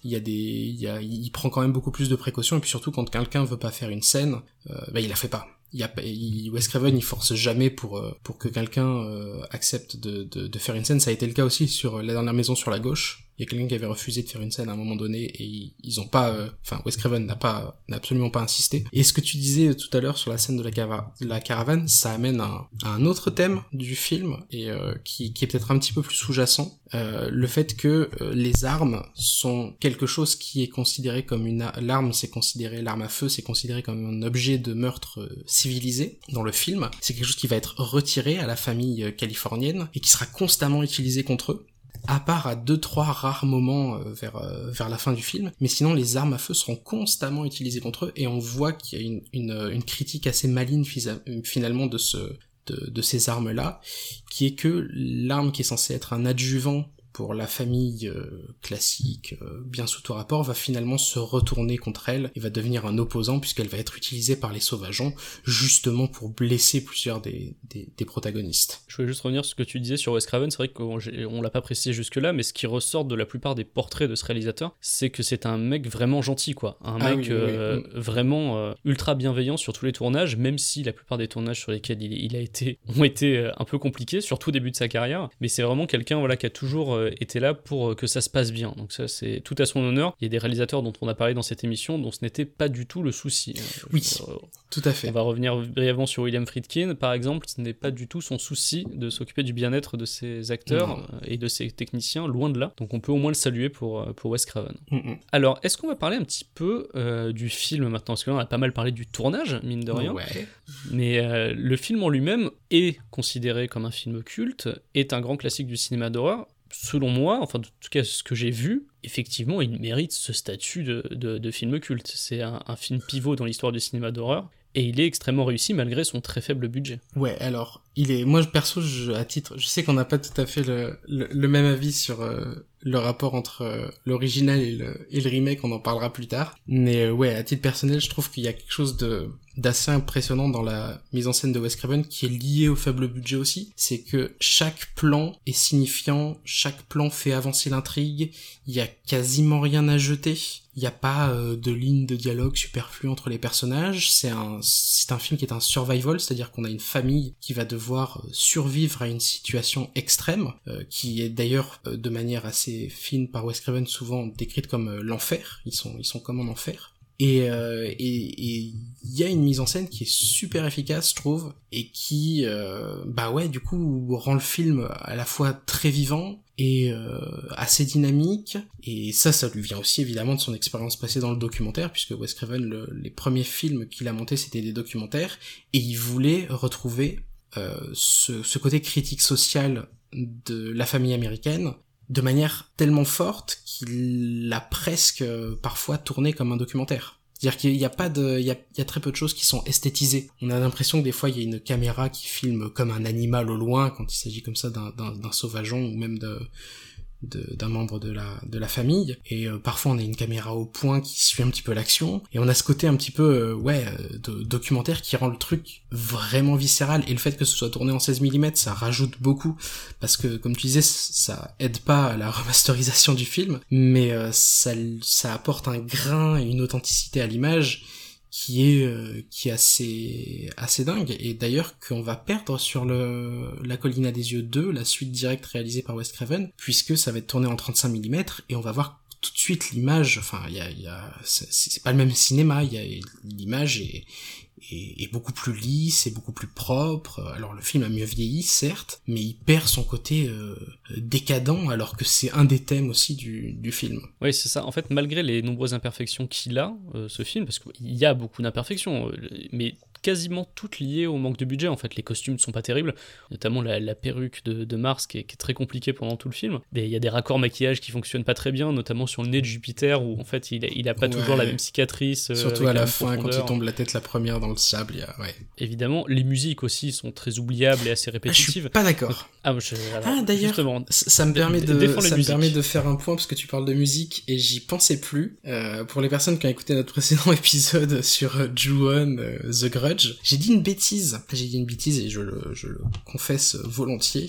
Il prend quand même beaucoup plus de précautions, et puis surtout quand quelqu'un veut pas faire une scène, il la fait pas. Wes Craven il force jamais pour que quelqu'un accepte de faire une scène. Ça a été le cas aussi sur La Dernière Maison sur la Gauche. Il y a quelqu'un qui avait refusé de faire une scène à un moment donné, et ils ont pas, Wes Craven n'a absolument pas insisté. Et ce que tu disais tout à l'heure sur la scène de la caravane, ça amène à un autre thème du film, et qui est peut-être un petit peu plus sous-jacent, le fait que les armes sont quelque chose qui est considéré comme l'arme à feu, c'est considéré comme un objet de meurtre civilisé dans le film. C'est quelque chose qui va être retiré à la famille californienne et qui sera constamment utilisé contre eux, à part à 2-3 rares moments vers la fin du film, mais sinon les armes à feu seront constamment utilisées contre eux, et on voit qu'il y a une critique assez maligne finalement de ces armes-là, qui est que l'arme qui est censée être un adjuvant pour la famille classique, bien sous tout rapport, va finalement se retourner contre elle et va devenir un opposant, puisqu'elle va être utilisée par les sauvageons justement pour blesser plusieurs des protagonistes. Je voulais juste revenir sur ce que tu disais sur Wes Craven. C'est vrai qu'on l'a pas précisé jusque là, mais ce qui ressort de la plupart des portraits de ce réalisateur, c'est que c'est un mec vraiment gentil, quoi. Vraiment ultra bienveillant sur tous les tournages, même si la plupart des tournages sur lesquels il a été ont été un peu compliqués, surtout au début de sa carrière, mais c'est vraiment quelqu'un qui a toujours était là pour que ça se passe bien. Donc ça, c'est tout à son honneur. Il y a des réalisateurs dont on a parlé dans cette émission dont ce n'était pas du tout le souci. Oui, tout à fait. On va revenir brièvement sur William Friedkin, par exemple. Ce n'est pas du tout son souci de s'occuper du bien-être de ses acteurs et de ses techniciens, loin de là. Donc on peut au moins le saluer pour Wes Craven. Alors, est-ce qu'on va parler un petit peu du film maintenant? Parce que là, on a pas mal parlé du tournage, mine de rien. Ouais. Mais le film en lui-même est considéré comme un film culte, est un grand classique du cinéma d'horreur. Selon moi, enfin en tout cas ce que j'ai vu, effectivement il mérite ce statut de film culte. C'est un film pivot dans l'histoire du cinéma d'horreur, et il est extrêmement réussi malgré son très faible budget. Ouais, alors, moi perso, à titre, je sais qu'on n'a pas tout à fait le même avis sur le rapport entre l'original et le remake, on en parlera plus tard. Mais ouais, à titre personnel, je trouve qu'il y a quelque chose d'assez impressionnant dans la mise en scène de Wes Craven qui est lié au faible budget aussi. C'est que chaque plan est signifiant, chaque plan fait avancer l'intrigue, il y a quasiment rien à jeter. Il n'y a pas de ligne de dialogue superflue entre les personnages. C'est un film qui est un survival, c'est-à-dire qu'on a une famille qui va devoir survivre à une situation extrême, qui est d'ailleurs de manière assez fine par Wes Craven souvent décrite comme l'enfer. Ils sont comme en enfer. Et il y a une mise en scène qui est super efficace, je trouve, et qui, du coup, rend le film à la fois très vivant et assez dynamique. Et ça lui vient aussi évidemment de son expérience passée dans le documentaire, puisque Wes Craven, les premiers films qu'il a montés, c'était des documentaires, et il voulait retrouver ce côté critique social de la famille américaine de manière tellement forte qu'il l'a presque parfois tourné comme un documentaire. C'est-à-dire qu'il y a pas il y a très peu de choses qui sont esthétisées. On a l'impression que des fois il y a une caméra qui filme comme un animal au loin quand il s'agit comme ça d'un sauvageon ou même d'un membre de la famille, et parfois on a une caméra au point qui suit un petit peu l'action, et on a ce côté un petit peu de documentaire qui rend le truc vraiment viscéral, et le fait que ce soit tourné en 16 mm ça rajoute beaucoup, parce que comme tu disais ça aide pas à la remasterisation du film, mais ça apporte un grain et une authenticité à l'image qui est assez dingue, et d'ailleurs qu'on va perdre sur La Colline à des yeux 2, la suite directe réalisée par Wes Craven, puisque ça va être tourné en 35 mm, et on va voir tout de suite l'image, enfin c'est pas le même cinéma, l'image est beaucoup plus lisse, et beaucoup plus propre. Alors le film a mieux vieilli, certes, mais il perd son côté décadent, alors que c'est un des thèmes aussi du film. Oui, c'est ça. En fait, malgré les nombreuses imperfections qu'il a, ce film, parce qu'il y a beaucoup d'imperfections, mais quasiment toutes liées au manque de budget. En fait, les costumes ne sont pas terribles, notamment la perruque de Mars qui est très compliquée pendant tout le film. Il y a des raccords maquillage qui fonctionnent pas très bien, notamment sur le nez de Jupiter, où en fait il a pas toujours la même cicatrice. Surtout à la fin, quand il tombe la tête la première dans le sable, Évidemment, les musiques aussi sont très oubliables et assez répétitives. Je suis pas d'accord. D'ailleurs, justement, ça me permet de faire un point, parce que tu parles de musique et j'y pensais plus. Pour les personnes qui ont écouté notre précédent épisode sur Ju-On, The Grudge, j'ai dit une bêtise et je le confesse volontiers.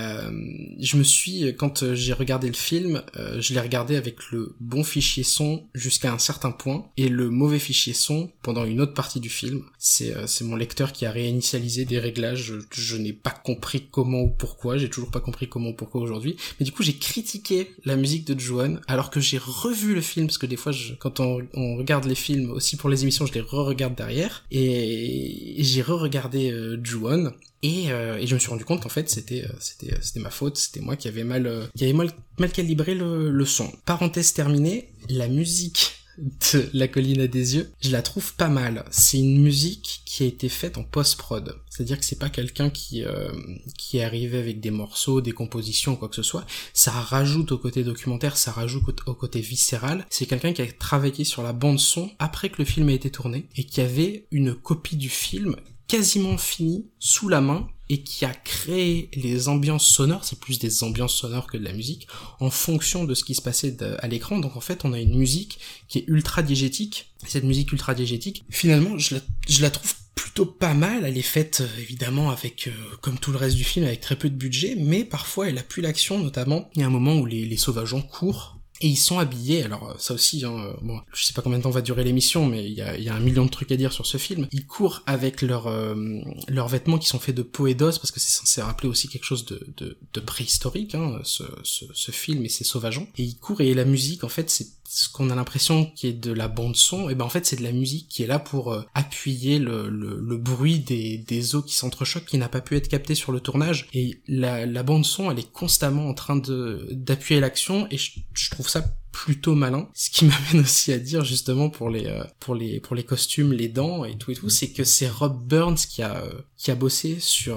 Quand j'ai regardé le film, je l'ai regardé avec le bon fichier son jusqu'à un certain point, et le mauvais fichier son pendant une autre partie du film. C'est mon lecteur qui a réinitialisé des réglages, je n'ai pas compris comment ou pourquoi, j'ai toujours pas compris comment ou pourquoi aujourd'hui, mais du coup j'ai critiqué la musique de Ju-On, alors que j'ai revu le film, parce que des fois quand on regarde les films, aussi pour les émissions, je les re-regarde derrière, et j'ai re-regardé Ju-On, et je me suis rendu compte qu'en fait c'était ma faute, c'était moi qui avait mal calibré le son. Parenthèse terminée, la musique de La Colline à des yeux, je la trouve pas mal. C'est une musique qui a été faite en post-prod. C'est-à-dire que c'est pas quelqu'un qui est arrivé avec des morceaux, des compositions ou quoi que ce soit. Ça rajoute au côté documentaire, ça rajoute au côté viscéral. C'est quelqu'un qui a travaillé sur la bande son après que le film a été tourné, et qui avait une copie du film quasiment finie sous la main, et qui a créé les ambiances sonores, c'est plus des ambiances sonores que de la musique, en fonction de ce qui se passait à l'écran. Donc en fait, on a une musique qui est ultra diégétique. Cette musique ultra diégétique, finalement, je la trouve plutôt pas mal. Elle est faite évidemment avec, comme tout le reste du film, avec très peu de budget, mais parfois elle appuie l'action. Notamment, il y a un moment où les sauvageons courent Et ils sont habillés, alors ça aussi, bon, je sais pas combien de temps va durer l'émission, mais il y a un million de trucs à dire sur ce film. Ils courent avec leurs vêtements qui sont faits de peau et d'os, parce que c'est censé rappeler aussi quelque chose de préhistorique, ce film et ses sauvageons. Et ils courent, et la musique, en fait, c'est ce qu'on a l'impression qui est de la bande son, et ben en fait c'est de la musique qui est là pour appuyer le bruit des os qui s'entrechoquent, qui n'a pas pu être capté sur le tournage, et la bande son elle est constamment en train d'appuyer l'action, et je trouve ça plutôt malin. Ce qui m'amène aussi à dire justement pour les costumes, les dents et tout, c'est que c'est Rob Burns qui a bossé sur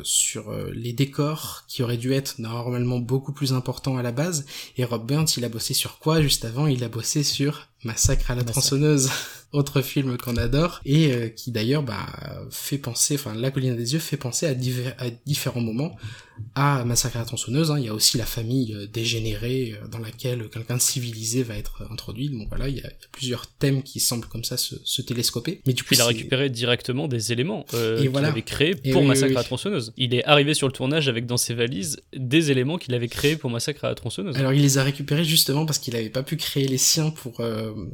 les décors qui auraient dû être normalement beaucoup plus importants à la base. Et Rob Burns, il a bossé sur quoi juste avant? Il a bossé sur Massacre à la tronçonneuse, autre film qu'on adore, et qui d'ailleurs fait penser, enfin La colline des yeux fait penser à différents moments à Massacre à la tronçonneuse. Il y a aussi la famille dégénérée dans laquelle quelqu'un de civilisé va être introduit. Donc voilà, il y a plusieurs thèmes qui semblent comme ça se télescoper. Mais du coup, il a récupéré directement des éléments qu'il avait créés pour Massacre à la tronçonneuse. Il est arrivé sur le tournage avec dans ses valises des éléments qu'il avait créés pour Massacre à la tronçonneuse. Alors il les a récupérés justement parce qu'il avait pas pu créer les siens pour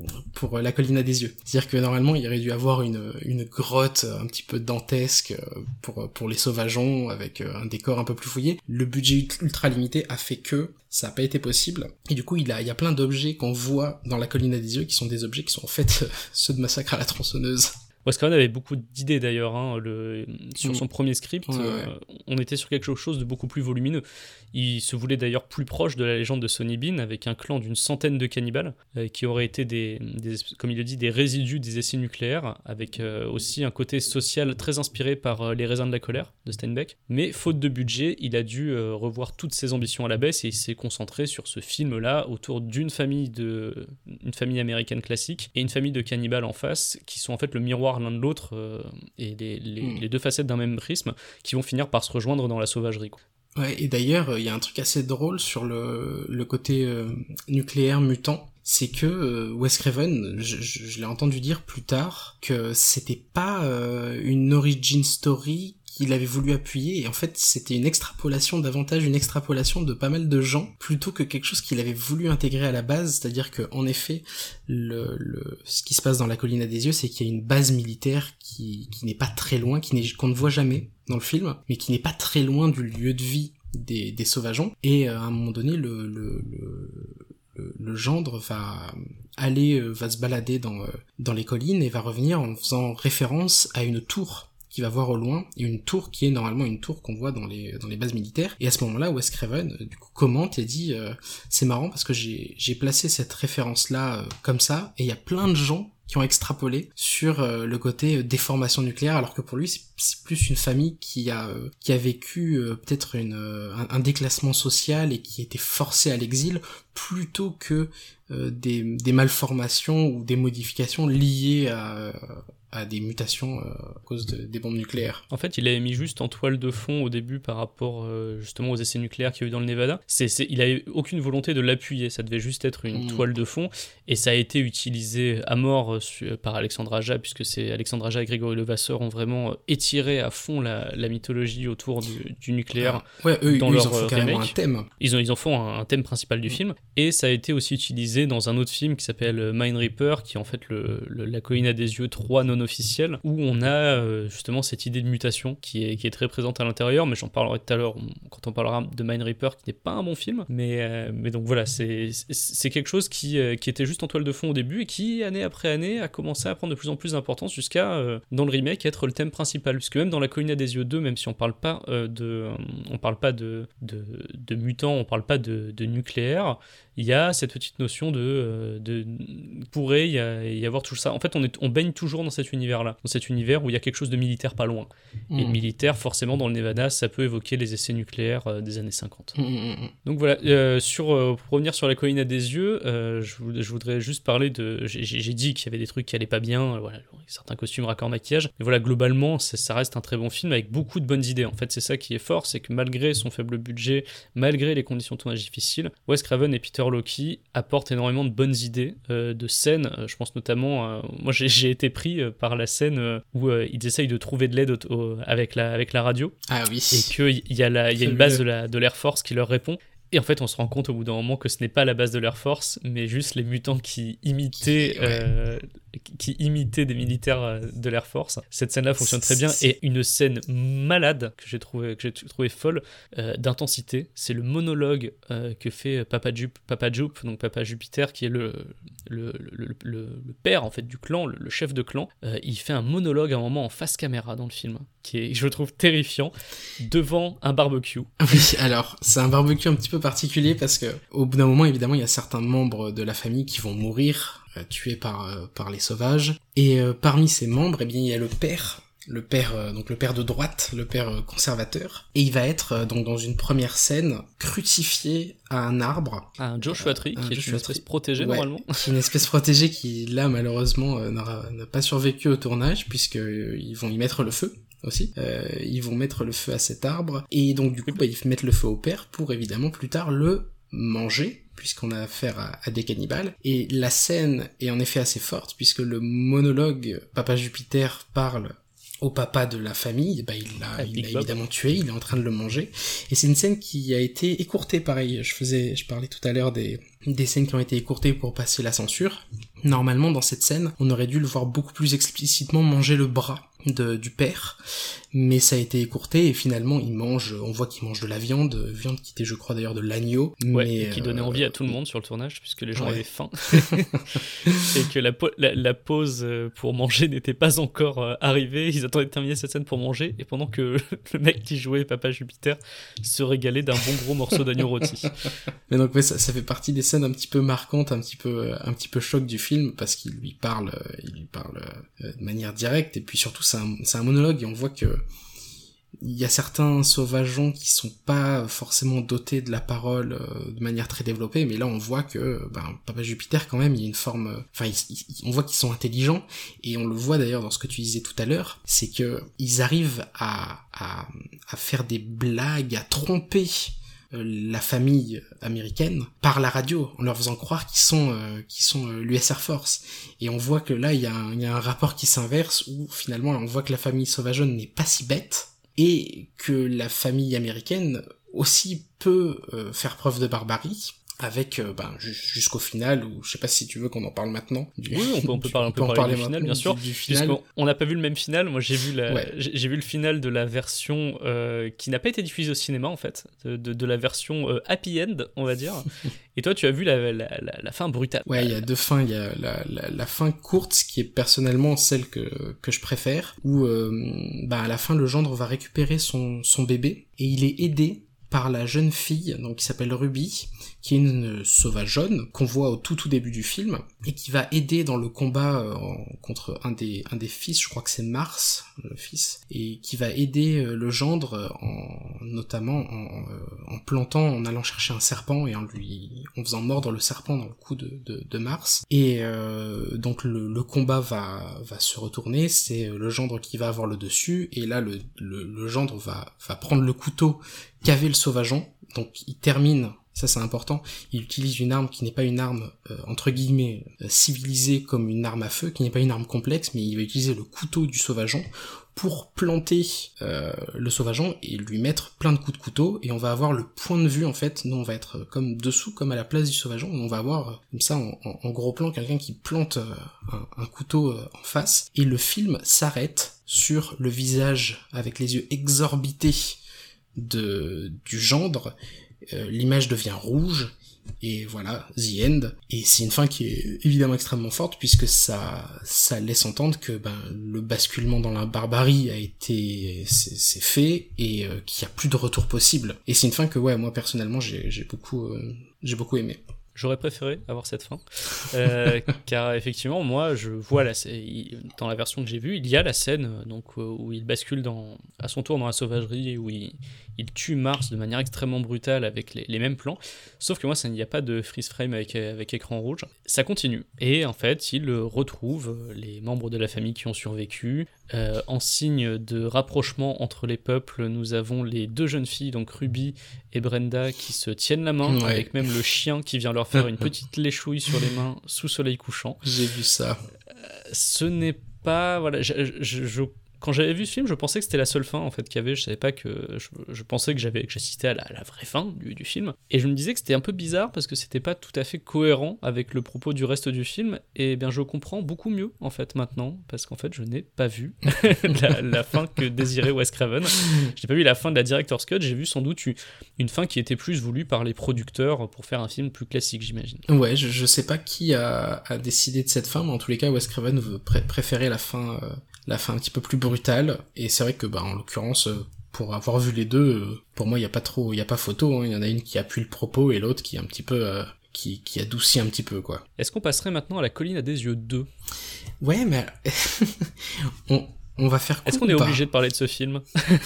La colline des yeux. C'est-à-dire que normalement il aurait dû avoir une grotte un petit peu dantesque pour les sauvageons avec un décor un peu plus fouillé. Le budget ultra limité a fait que ça a pas été possible. Et du coup il y a plein d'objets qu'on voit dans La colline des yeux qui sont des objets qui sont en fait ceux de Massacre à la tronçonneuse. Wes Craven avait beaucoup d'idées d'ailleurs, sur son premier script, on était sur quelque chose de beaucoup plus volumineux. Il se voulait d'ailleurs plus proche de la légende de Sonny Bean, avec un clan d'une centaine de cannibales, qui auraient été comme il le dit, des résidus des essais nucléaires, avec aussi un côté social très inspiré par Les raisins de la colère de Steinbeck. Mais faute de budget, il a dû revoir toutes ses ambitions à la baisse, et il s'est concentré sur ce film-là, autour d'une famille américaine classique, et une famille de cannibales en face, qui sont en fait le miroir l'un de l'autre, et les deux facettes d'un même prisme qui vont finir par se rejoindre dans la sauvagerie, quoi. Ouais, et d'ailleurs il y a un truc assez drôle sur le côté nucléaire mutant, c'est que Wes Craven, je l'ai entendu dire plus tard que c'était pas une origin story qu'il avait voulu appuyer, et en fait c'était une extrapolation de pas mal de gens, plutôt que quelque chose qu'il avait voulu intégrer à la base. C'est-à-dire que en effet ce qui se passe dans La colline des yeux, c'est qu'il y a une base militaire qui n'est pas très loin, qu'on ne voit jamais dans le film, mais qui n'est pas très loin du lieu de vie des sauvageons, et à un moment donné le gendre va se balader dans les collines et va revenir en faisant référence à une tour qu'il va voir au loin, et une tour qui est normalement une tour qu'on voit dans les bases militaires. Et à ce moment-là, Wes Craven du coup commente et dit c'est marrant parce que j'ai placé cette référence là comme ça, et il y a plein de gens qui ont extrapolé sur le côté déformation nucléaire, alors que pour lui c'est plus une famille qui a vécu peut-être un déclassement social et qui a été forcée à l'exil, plutôt que des malformations ou des modifications liées à des mutations à cause des bombes nucléaires. En fait, il avait mis juste en toile de fond au début par rapport justement aux essais nucléaires qu'il y a eu dans le Nevada. Il avait aucune volonté de l'appuyer, ça devait juste être une toile de fond, et ça a été utilisé à mort par Alexandre Aja, puisque c'est Alexandre Aja et Grégory Levasseur ont vraiment étiré à fond la mythologie autour du nucléaire dans leur ils en font carrément un thème. Ils en font un thème principal du film, et ça a été aussi utilisé dans un autre film qui s'appelle Mind Reaper, qui est en fait La colline à des yeux 3 non officiel, où on a justement cette idée de mutation qui est très présente à l'intérieur, mais j'en parlerai tout à l'heure quand on parlera de Mind Reaper, qui n'est pas un bon film, mais donc voilà, c'est quelque chose qui était juste en toile de fond au début, et qui année après année a commencé à prendre de plus en plus d'importance jusqu'à dans le remake être le thème principal, puisque même dans La colline à des yeux 2, même si on parle pas de mutants, on parle pas de nucléaire, il y a cette petite notion de pourrait y avoir tout ça. En fait, on baigne toujours dans cet univers-là, dans cet univers où il y a quelque chose de militaire pas loin. Et militaire, forcément, dans le Nevada, ça peut évoquer les essais nucléaires des années 50. Donc voilà, pour revenir sur La colline à des yeux, je voudrais juste parler de... J'ai dit qu'il y avait des trucs qui allaient pas bien, voilà, certains costumes, raccords, maquillage, mais voilà, globalement, ça reste un très bon film avec beaucoup de bonnes idées. En fait, c'est ça qui est fort, c'est que malgré son faible budget, malgré les conditions de tournage difficiles, Wes Craven et Peter Locke apportent énormément de bonnes idées de scènes. Je pense notamment, moi j'ai été pris par la scène où ils essayent de trouver de l'aide avec la radio. Ah oui. Et qu'il y a une base de l'Air Force qui leur répond. Et en fait, on se rend compte au bout d'un moment que ce n'est pas la base de l'Air Force, mais juste les mutants qui imitaient des militaires de l'Air Force. Cette scène-là fonctionne très bien, et une scène malade que j'ai trouvé folle d'intensité, c'est le monologue que fait Papa Jup, donc Papa Jupiter, qui est le père en fait du clan, le chef de clan. Il fait un monologue à un moment en face caméra dans le film, qui est, je trouve, terrifiant, devant un barbecue. Oui, alors c'est un barbecue un petit peu particulier parce que au bout d'un moment, évidemment, il y a certains membres de la famille qui vont mourir, tués par les sauvages, et parmi ces membres, eh bien, il y a le père, donc le père de droite, le père conservateur, et il va être donc dans une première scène crucifié à un arbre. Un Joshua Tree, qui est une espèce protégée normalement. Qui est une espèce protégée qui là malheureusement n'a pas survécu au tournage, puisque ils vont y mettre le feu aussi. Ils vont mettre le feu à cet arbre, et donc du coup ils mettent le feu au père pour évidemment plus tard le manger, puisqu'on a affaire à des cannibales. Et la scène est en effet assez forte, puisque le monologue Papa Jupiter parle au papa de la famille, il l'a évidemment tué, il est en train de le manger, et c'est une scène qui a été écourtée, pareil, je parlais tout à l'heure des scènes qui ont été écourtées pour passer la censure. Normalement, dans cette scène, on aurait dû le voir beaucoup plus explicitement manger le bras du père, mais ça a été écourté, et finalement on voit qu'il mange de la viande qui était, je crois d'ailleurs, de l'agneau, et qui donnait envie à tout le monde sur le tournage, puisque les gens avaient faim, et que la pause pour manger n'était pas encore arrivée. Ils attendaient de terminer cette scène pour manger, et pendant que le mec qui jouait Papa Jupiter se régalait d'un bon gros morceau d'agneau rôti. Mais donc ça fait partie des scènes un petit peu marquantes, un petit peu choc du film, parce qu'il lui parle de manière directe, et puis surtout c'est un monologue, et on voit que il y a certains sauvageons qui sont pas forcément dotés de la parole de manière très développée, mais là on voit que Papa Jupiter, quand même, il y a une forme, on voit qu'ils sont intelligents, et on le voit d'ailleurs dans ce que tu disais tout à l'heure, c'est que ils arrivent à faire des blagues, à tromper la famille américaine par la radio, en leur faisant croire qu'ils sont l'US Air Force. Et on voit que là il y a un rapport qui s'inverse, où finalement on voit que la famille sauvageonne n'est pas si bête, et que la famille américaine aussi peut faire preuve de barbarie, avec jusqu'au final, ou je sais pas si tu veux qu'on en parle maintenant. Oui, on peut parler du final, bien sûr, puisqu'on n'a pas vu le même final. Moi j'ai vu le final de la version qui n'a pas été diffusée au cinéma, en fait, de la version happy end, on va dire. Et toi tu as vu la fin brutale. Ouais, il y a deux fins. Il y a la fin courte, qui est personnellement celle que je préfère, où à la fin le gendre va récupérer son bébé, et il est aidé par la jeune fille, donc qui s'appelle Ruby, qui est une sauvageonne qu'on voit au tout début du film, et qui va aider dans le combat contre un des fils, je crois que c'est Mars, le fils, et qui va aider le gendre notamment en plantant, en allant chercher un serpent, et en faisant mordre le serpent dans le cou de Mars. Et donc le combat va se retourner, c'est le gendre qui va avoir le dessus, et là le gendre va prendre le couteau qu'avait le sauvageon, donc il termine, ça c'est important, il utilise une arme qui n'est pas une arme entre guillemets civilisée comme une arme à feu, qui n'est pas une arme complexe, mais il va utiliser le couteau du sauvageon pour planter le sauvageon et lui mettre plein de coups de couteau, et on va avoir le point de vue, en fait, nous on va être comme dessous, comme à la place du sauvageon, et on va avoir comme ça en gros plan quelqu'un qui plante un couteau en face, et le film s'arrête sur le visage avec les yeux exorbités du gendre. L'image devient rouge, et voilà, the end. Et c'est une fin qui est évidemment extrêmement forte, puisque ça laisse entendre que le basculement dans la barbarie c'est fait, et qu'il n'y a plus de retour possible. Et c'est une fin que moi personnellement j'ai beaucoup aimé. J'aurais préféré avoir cette fin, car effectivement, moi, je vois dans la version que j'ai vue, il y a la scène où il bascule à son tour dans la sauvagerie, et où il tue Mars de manière extrêmement brutale avec les mêmes plans, sauf que moi, il n'y a pas de freeze frame avec écran rouge. Ça continue, et en fait, il retrouve les membres de la famille qui ont survécu. En signe de rapprochement entre les peuples, nous avons les deux jeunes filles, donc Ruby et Brenda, qui se tiennent la main, avec même le chien qui vient leur faire une petite léchouille sur les mains sous soleil couchant. J'ai vu ça. Ce n'est pas... Voilà, Quand j'avais vu ce film, je pensais que c'était la seule fin en fait qu'il y avait. Je savais pas que je pensais que j'assistais à la vraie fin du film. Et je me disais que c'était un peu bizarre parce que c'était pas tout à fait cohérent avec le propos du reste du film. Et bien je comprends beaucoup mieux en fait maintenant parce qu'en fait je n'ai pas vu la fin que désirait Wes Craven. J'ai pas vu la fin de la Director's Cut. J'ai vu sans doute une fin qui était plus voulue par les producteurs pour faire un film plus classique, j'imagine. Ouais, je sais pas qui a décidé de cette fin, mais en tous les cas Wes Craven préférait la fin un petit peu plus brutale, et c'est vrai que en l'occurrence pour avoir vu les deux, pour moi il y a pas photo, hein. Il y en a une qui appuie le propos et l'autre qui est un petit peu qui adoucit un petit peu quoi. Est-ce qu'on passerait maintenant à La colline à des yeux 2? Ouais, mais on va faire court. Est-ce qu'on est obligé de parler de ce film?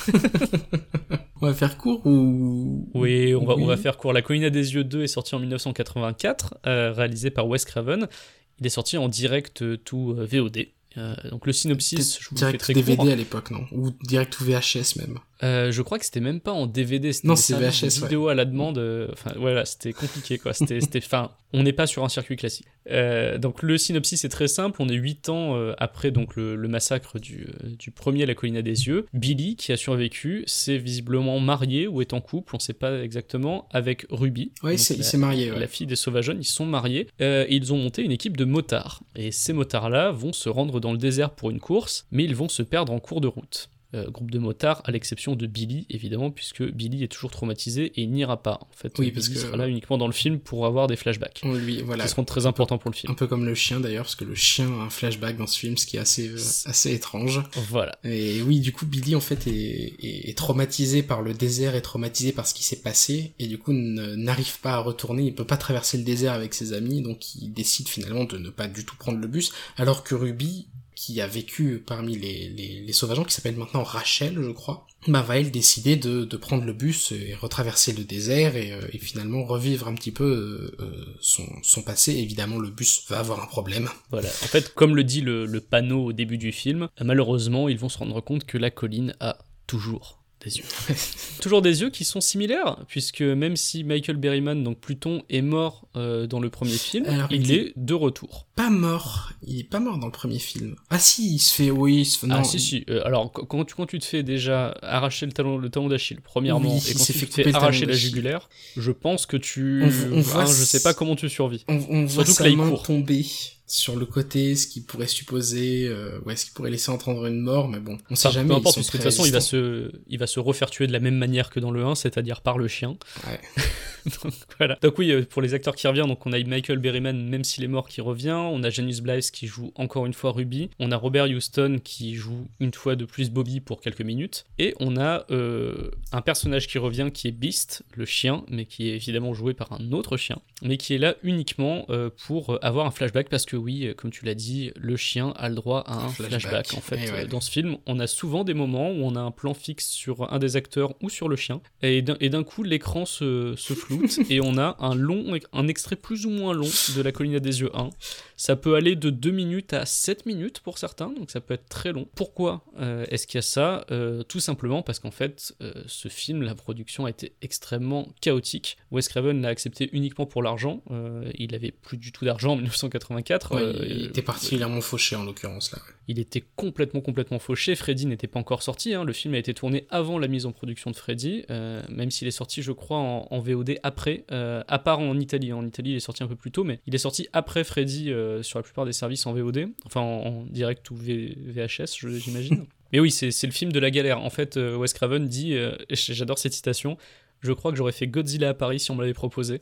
On va faire court ou... Oui, on va faire court. La colline à des yeux 2 est sorti en 1984, réalisé par Wes Craven. Il est sorti en direct to VOD. Donc le synopsis, je vous le fais très DVD court. à l'époque, non? Ou direct ou VHS même. Je crois que c'était même pas en DVD, c'était non, c'est VHS, vidéo à la demande. Enfin, voilà, c'était compliqué, quoi. Enfin, on n'est pas sur un circuit classique. Donc le synopsis est très simple. On est 8 ans après donc le massacre du premier La colline à des yeux. Billy, qui a survécu, s'est visiblement marié ou est en couple, on sait pas exactement, avec Ruby. Ouais, il s'est marié. Ouais. La fille des Sauvageonnes, ils sont mariés. Et ils ont monté une équipe de motards. Et ces motards-là vont se rendre dans le désert pour une course, mais ils vont se perdre en cours de route. Groupe de motards, à l'exception de Billy, évidemment, puisque Billy est toujours traumatisé et il n'ira pas. En fait, oui, Billy sera là uniquement dans le film pour avoir des flashbacks. Voilà. Qui seront très importants pour le film. Un peu comme le chien d'ailleurs, parce que le chien a un flashback dans ce film, ce qui est assez étrange. Voilà. Et oui, du coup, Billy en fait est traumatisé par le désert, est traumatisé par ce qui s'est passé, et du coup n'arrive pas à retourner, il peut pas traverser le désert avec ses amis, donc il décide finalement de ne pas du tout prendre le bus, alors que Ruby, qui a vécu parmi les sauvageons, qui s'appelle maintenant Rachel, je crois, va elle décider de prendre le bus et retraverser le désert et finalement revivre un petit peu son passé. Évidemment, le bus va avoir un problème. Voilà. En fait, comme le dit le panneau au début du film, malheureusement, ils vont se rendre compte que la colline a toujours des yeux. Toujours des yeux qui sont similaires, puisque même si Michael Berryman, donc Pluton, est mort dans le premier film, alors, il est de retour. Pas mort. Il est pas mort dans le premier film. Ah si, il se fait... Non, ah si. Alors, quand tu te fais déjà arracher le talon d'Achille, premièrement, oui, et quand tu te fais arracher la jugulaire, je pense que tu... on voit je sais pas comment tu survis. On voit sa main tomber sur le côté, ce qui pourrait supposer, ce qui pourrait laisser entendre une mort, mais bon, on sait jamais. Peu importe, parce que de toute façon, il va se refaire tuer de la même manière que dans le 1, c'est-à-dire par le chien. Ouais. Donc voilà. Donc oui, pour les acteurs qui reviennent, donc on a Michael Berryman, même s'il est mort, qui revient. On a Janus Blythe qui joue encore une fois Ruby. On a Robert Houston qui joue une fois de plus Bobby pour quelques minutes. Et on a un personnage qui revient qui est Beast, le chien, mais qui est évidemment joué par un autre chien, mais qui est là uniquement pour avoir un flashback, parce que oui, comme tu l'as dit, le chien a le droit à un flashback. En fait, dans ce film, on a souvent des moments où on a un plan fixe sur un des acteurs ou sur le chien, et d'un coup, l'écran se floute, et on a un extrait plus ou moins long de La colline à des yeux 1. Ça peut aller de 2 minutes à 7 minutes pour certains, donc ça peut être très long. Pourquoi est-ce qu'il y a ça ? Tout simplement parce qu'en fait, ce film, la production a été extrêmement chaotique. Wes Craven l'a accepté uniquement pour l'argent. Il avait plus du tout d'argent en 1984. Il était particulièrement fauché en l'occurrence là. Il était complètement fauché. Freddy n'était pas encore sorti. Le film a été tourné avant la mise en production de Freddy, même s'il est sorti, je crois, en VOD après, à part en Italie. En Italie, il est sorti un peu plus tôt, mais il est sorti après Freddy sur la plupart des services en VOD, enfin en direct ou VHS, j'imagine. Mais oui, c'est le film de la galère. En fait, Wes Craven dit, j'adore cette citation, je crois que j'aurais fait Godzilla à Paris si on me l'avait proposé.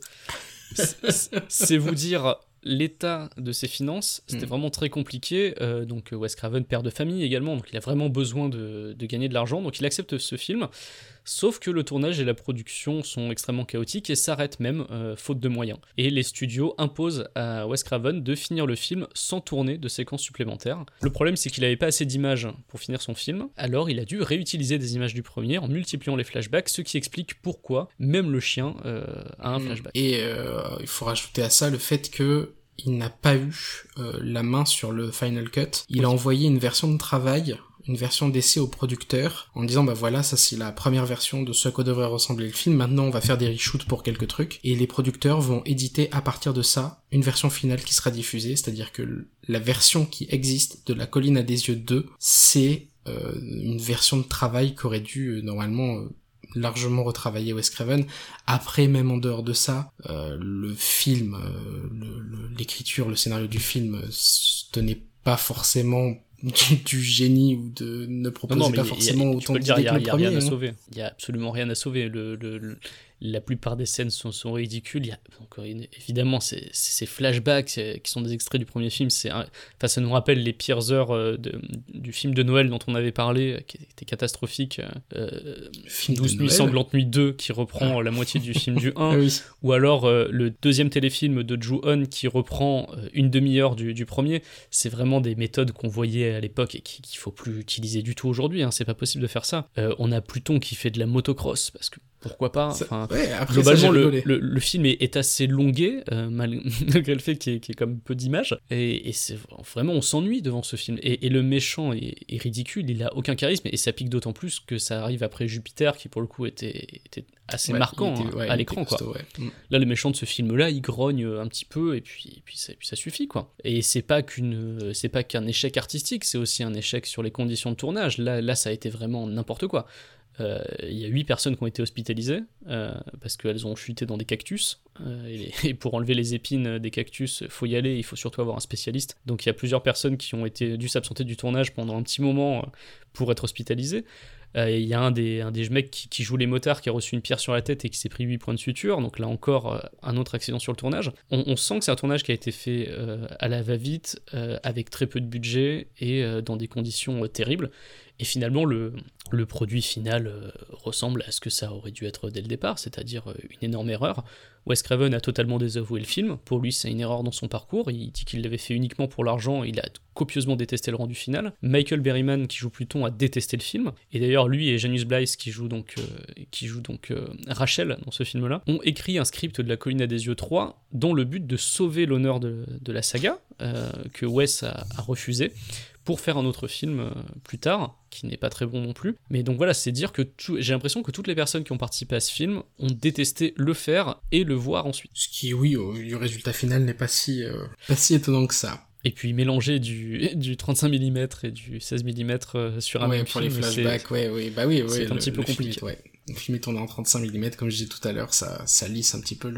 C'est vous dire l'état de ses finances, c'était vraiment très compliqué. Donc Wes Craven, père de famille également, donc il a vraiment besoin de gagner de l'argent, donc il accepte ce film. Sauf que le tournage et la production sont extrêmement chaotiques et s'arrêtent même, faute de moyens. Et les studios imposent à Wes Craven de finir le film sans tourner de séquences supplémentaires. Le problème, c'est qu'il n'avait pas assez d'images pour finir son film, alors il a dû réutiliser des images du premier en multipliant les flashbacks, ce qui explique pourquoi même le chien a un flashback. Et il faut rajouter à ça le fait que il n'a pas eu la main sur le Final Cut. Il a envoyé une version de travail, une version d'essai au producteur, en disant bah voilà, ça c'est la première version de ce à quoi devrait ressembler le film, maintenant on va faire des reshoots pour quelques trucs, et les producteurs vont éditer à partir de ça une version finale qui sera diffusée, c'est-à-dire que la version qui existe de La colline à des yeux 2, c'est une version de travail qu'aurait dû normalement largement retravailler Wes Craven. Après, même en dehors de ça, le film, l'écriture, le scénario du film tenait pas forcément du génie ou ne proposait pas forcément autant d'idées que le premier. Il y a rien à sauver. Il y a absolument rien à sauver. La plupart des scènes sont ridicules. Évidemment, ces flashbacks qui sont des extraits du premier film. Ça nous rappelle les pires heures du film de Noël dont on avait parlé, qui était catastrophique. 12 Nuits Sanglantes Nuit 2, qui reprend la moitié du film du 1. Oui. Ou alors le deuxième téléfilm de Ju-On qui reprend une demi-heure du premier. C'est vraiment des méthodes qu'on voyait à l'époque et qu'il ne faut plus utiliser du tout aujourd'hui. C'est pas possible de faire ça. On a Pluton qui fait de la motocross, parce que pourquoi pas, globalement le film est assez longué, malgré le fait qu'il y ait comme peu d'images, et c'est vraiment, on s'ennuie devant ce film, et le méchant est ridicule, il a aucun charisme, et ça pique d'autant plus que ça arrive après Jupiter, qui pour le coup était assez marquant à l'écran, quoi. Là, le méchant de ce film-là, il grogne un petit peu, et puis ça suffit, quoi. Et c'est pas qu'un échec artistique, c'est aussi un échec sur les conditions de tournage. Là ça a été vraiment n'importe quoi. Il y a 8 personnes qui ont été hospitalisées parce qu'elles ont chuté dans des cactus, et pour enlever les épines des cactus, faut y aller, il faut surtout avoir un spécialiste. Donc il y a plusieurs personnes qui ont dû s'absenter du tournage pendant un petit moment pour être hospitalisées. Il y a un des mecs qui joue les motards qui a reçu une pierre sur la tête et qui s'est pris 8 points de suture, donc là encore un autre accident sur le tournage. On sent que c'est un tournage qui a été fait à la va-vite, avec très peu de budget et dans des conditions terribles. Et finalement, le produit final ressemble à ce que ça aurait dû être dès le départ, c'est-à-dire une énorme erreur. Wes Craven a totalement désavoué le film. Pour lui, c'est une erreur dans son parcours. Il dit qu'il l'avait fait uniquement pour l'argent. Il a copieusement détesté le rendu final. Michael Berryman, qui joue Pluton, a détesté le film. Et d'ailleurs, lui et Janus Blythe, qui joue donc Rachel dans ce film-là, ont écrit un script de La Colline à des yeux 3, dont le but de sauver l'honneur de la saga, que Wes a refusé, pour faire un autre film plus tard, qui n'est pas très bon non plus. Mais donc voilà, c'est dire que j'ai l'impression que toutes les personnes qui ont participé à ce film ont détesté le faire et le voir ensuite. Ce qui, oui, du résultat final n'est pas si étonnant que ça. Et puis mélanger du 35 mm et du 16 mm sur un même film, pour les flashbacks, c'est un petit peu compliqué. Le film est tourné en 35 mm, comme je disais tout à l'heure, ça lisse un petit peu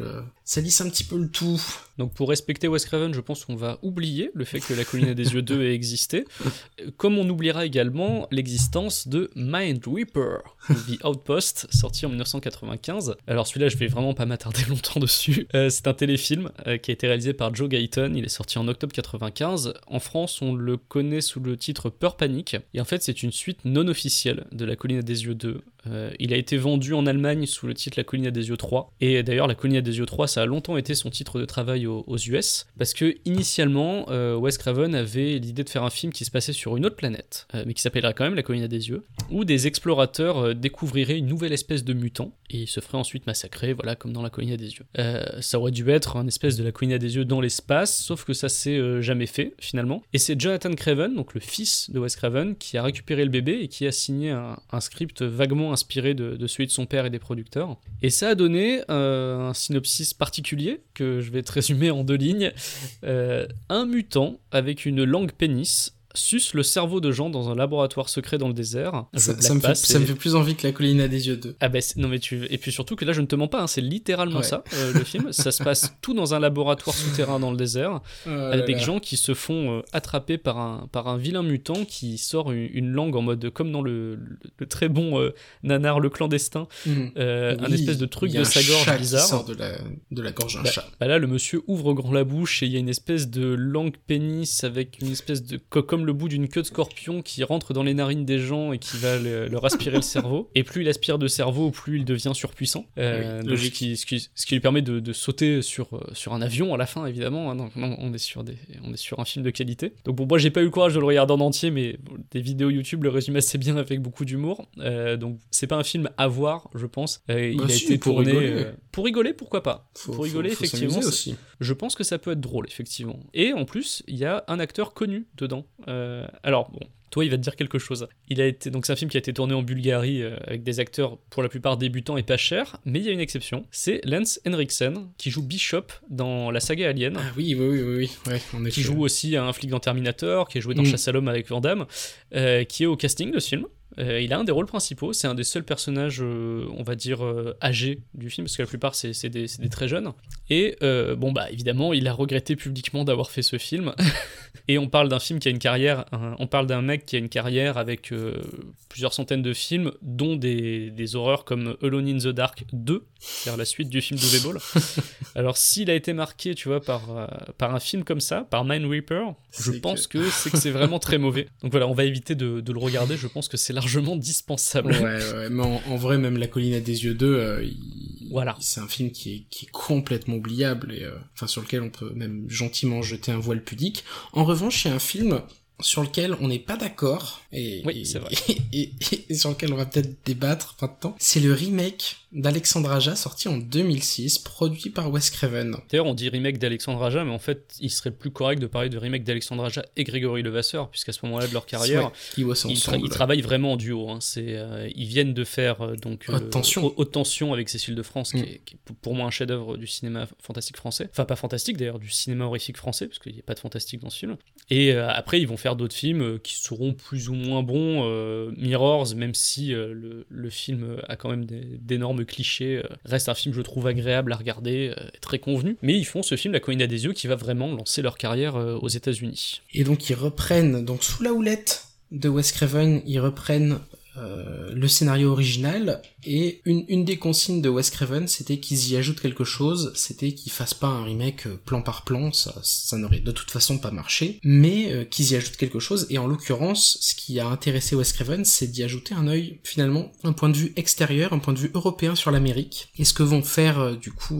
le tout. Donc pour respecter Wes Craven, je pense qu'on va oublier le fait que La Colline à des yeux 2 ait existé, comme on oubliera également l'existence de Mind Reaper, The Outpost, sorti en 1995. Alors celui-là, je vais vraiment pas m'attarder longtemps dessus. C'est un téléfilm qui a été réalisé par Joe Guyton, il est sorti en octobre 95. En France, on le connaît sous le titre Peur Panique, et en fait c'est une suite non officielle de La Colline à des yeux 2. Il a été vendu en Allemagne sous le titre La Colline à des yeux 3, et d'ailleurs La Colline à des yeux 3, ça a longtemps été son titre de travail aux US, parce que initialement Wes Craven avait l'idée de faire un film qui se passait sur une autre planète, mais qui s'appellerait quand même La Colline à des yeux, où des explorateurs découvriraient une nouvelle espèce de mutant, et ils se feraient ensuite massacrer, voilà, comme dans La Colline à des yeux. Ça aurait dû être un espèce de La Colline à des yeux dans l'espace, sauf que ça s'est jamais fait, finalement. Et c'est Jonathan Craven, donc le fils de Wes Craven, qui a récupéré le bébé et qui a signé un script vaguement inspiré de celui de son père et des producteurs. Et ça a donné un synopsis particulier, que je vais te résumer en 2 lignes. Un mutant avec une langue pénis suce le cerveau de gens dans un laboratoire secret dans le désert. Ça me fait plus envie que La Colline à des yeux 2. Ah bah non mais et puis surtout que là je ne te mens pas, c'est littéralement ça, le film. Ça se passe tout dans un laboratoire souterrain dans le désert, avec des gens qui se font attraper par un vilain mutant qui sort une langue en mode, comme dans le très bon nanar Le Clandestin, un espèce de truc de sa gorge bizarre. Qui sort de la gorge d'un chat. Bah là le monsieur ouvre grand la bouche et il y a une espèce de langue pénis avec une espèce de comme le bout d'une queue de scorpion qui rentre dans les narines des gens et qui va leur aspirer le cerveau. Et plus il aspire de cerveau, plus il devient surpuissant. Ce qui lui permet de sauter sur un avion à la fin, évidemment. Hein. Donc, on est sur un film de qualité. Donc bon, moi j'ai pas eu le courage de le regarder en entier, mais des vidéos YouTube le résument assez bien avec beaucoup d'humour. Donc c'est pas un film à voir, je pense. Il a été tourné pour rigoler, pourquoi pas. Pour rigoler, effectivement. Aussi. Je pense que ça peut être drôle, effectivement. Et en plus, il y a un acteur connu dedans. Alors, bon, toi, il va te dire quelque chose. Donc, c'est un film qui a été tourné en Bulgarie avec des acteurs pour la plupart débutants et pas chers, mais il y a une exception. C'est Lance Henriksen qui joue Bishop dans la saga Alien. Ah oui. Ouais, en effet. Qui joue aussi un flic dans Terminator, qui a joué dans Chasse à l'homme avec Van Damme, qui est au casting de ce film. Il a un des rôles principaux, c'est un des seuls personnages, on va dire, âgés du film, parce que la plupart c'est des très jeunes. Et évidemment, il a regretté publiquement d'avoir fait ce film. Et on parle d'un film qui a une carrière, on parle d'un mec qui a une carrière avec plusieurs centaines de films, dont des horreurs comme Alone in the Dark 2, c'est-à-dire la suite du film d'Uwe Boll. Alors s'il a été marqué, tu vois, par un film comme ça, par Mind Reaper, je pense que c'est vraiment très mauvais. Donc voilà, on va éviter de le regarder, je pense que c'est largement dispensable. Ouais, mais en vrai, même La Colline à des yeux 2, voilà. C'est un film qui est complètement oubliable et sur lequel on peut même gentiment jeter un voile pudique. En revanche, il y a un film sur lequel on n'est pas d'accord c'est vrai. Et sur lequel on va peut-être débattre maintenant. C'est le remake d'Alexandre Aja sorti en 2006, produit par Wes Craven. D'ailleurs, on dit remake d'Alexandre Aja, mais en fait, il serait plus correct de parler de remake d'Alexandre Aja et Grégory Levasseur, puisqu'à ce moment-là de leur carrière, ils travaillent vraiment en duo. Hein. Ils viennent de faire Haute Tension avec Cécile de France, qui est pour moi un chef-d'œuvre du cinéma fantastique français. Enfin, pas fantastique d'ailleurs, du cinéma horrifique français, parce qu'il n'y a pas de fantastique dans ce film. Et après, ils vont faire d'autres films qui seront plus ou moins bons. Mirrors, même si le film a quand même d'énormes clichés, reste un film, je trouve, agréable à regarder, très convenu. Mais ils font ce film, La Colline à des yeux, qui va vraiment lancer leur carrière aux États-Unis. Et donc ils reprennent, sous la houlette de Wes Craven, ils reprennent le scénario original, et une des consignes de Wes Craven, c'était qu'ils y ajoutent quelque chose, c'était qu'ils fassent pas un remake plan par plan, ça n'aurait de toute façon pas marché, mais qu'ils y ajoutent quelque chose, et en l'occurrence, ce qui a intéressé Wes Craven, c'est d'y ajouter un œil, finalement, un point de vue extérieur, un point de vue européen sur l'Amérique. Et ce que vont faire,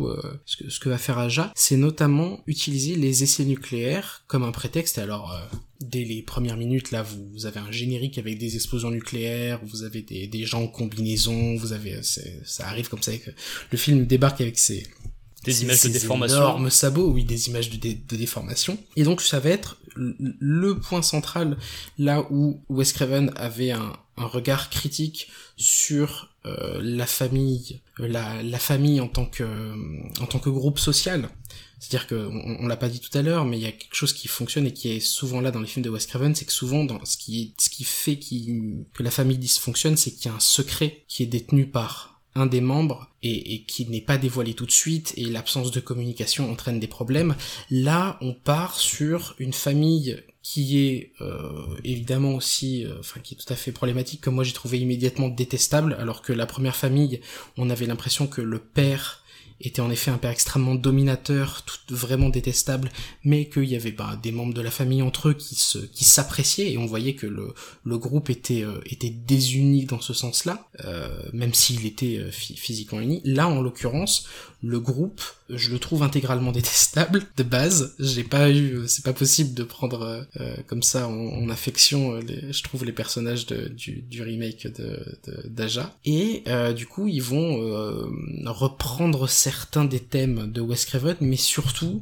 ce que va faire Aja, c'est notamment utiliser les essais nucléaires comme un prétexte. Alors, dès les premières minutes, là, vous avez un générique avec des explosions nucléaires, vous avez des gens en combinaison, ça arrive comme ça, que le film débarque avec des images de déformation, énormes sabots, oui, des images de déformation. Et donc ça va être le point central, là où Wes Craven avait un regard critique sur la famille, la famille en tant que groupe social. C'est-à-dire que, on l'a pas dit tout à l'heure, mais il y a quelque chose qui fonctionne et qui est souvent là dans les films de Wes Craven, c'est que souvent, ce qui fait que la famille dysfonctionne, c'est qu'il y a un secret qui est détenu par un des membres et qui n'est pas dévoilé tout de suite, et l'absence de communication entraîne des problèmes. Là, on part sur une famille qui est évidemment aussi, qui est tout à fait problématique, que moi j'ai trouvé immédiatement détestable, alors que la première famille, on avait l'impression que le père était en effet un père extrêmement dominateur, vraiment détestable, mais qu'il y avait des membres de la famille entre eux qui s'appréciaient, et on voyait que le groupe était désuni dans ce sens-là, même s'il était physiquement uni. Là, en l'occurrence, le groupe, je le trouve intégralement détestable de base. C'est pas possible de prendre comme ça en affection je trouve les personnages du remake d'Aja. Et du coup, ils vont reprendre certains des thèmes de Wes Craven, mais surtout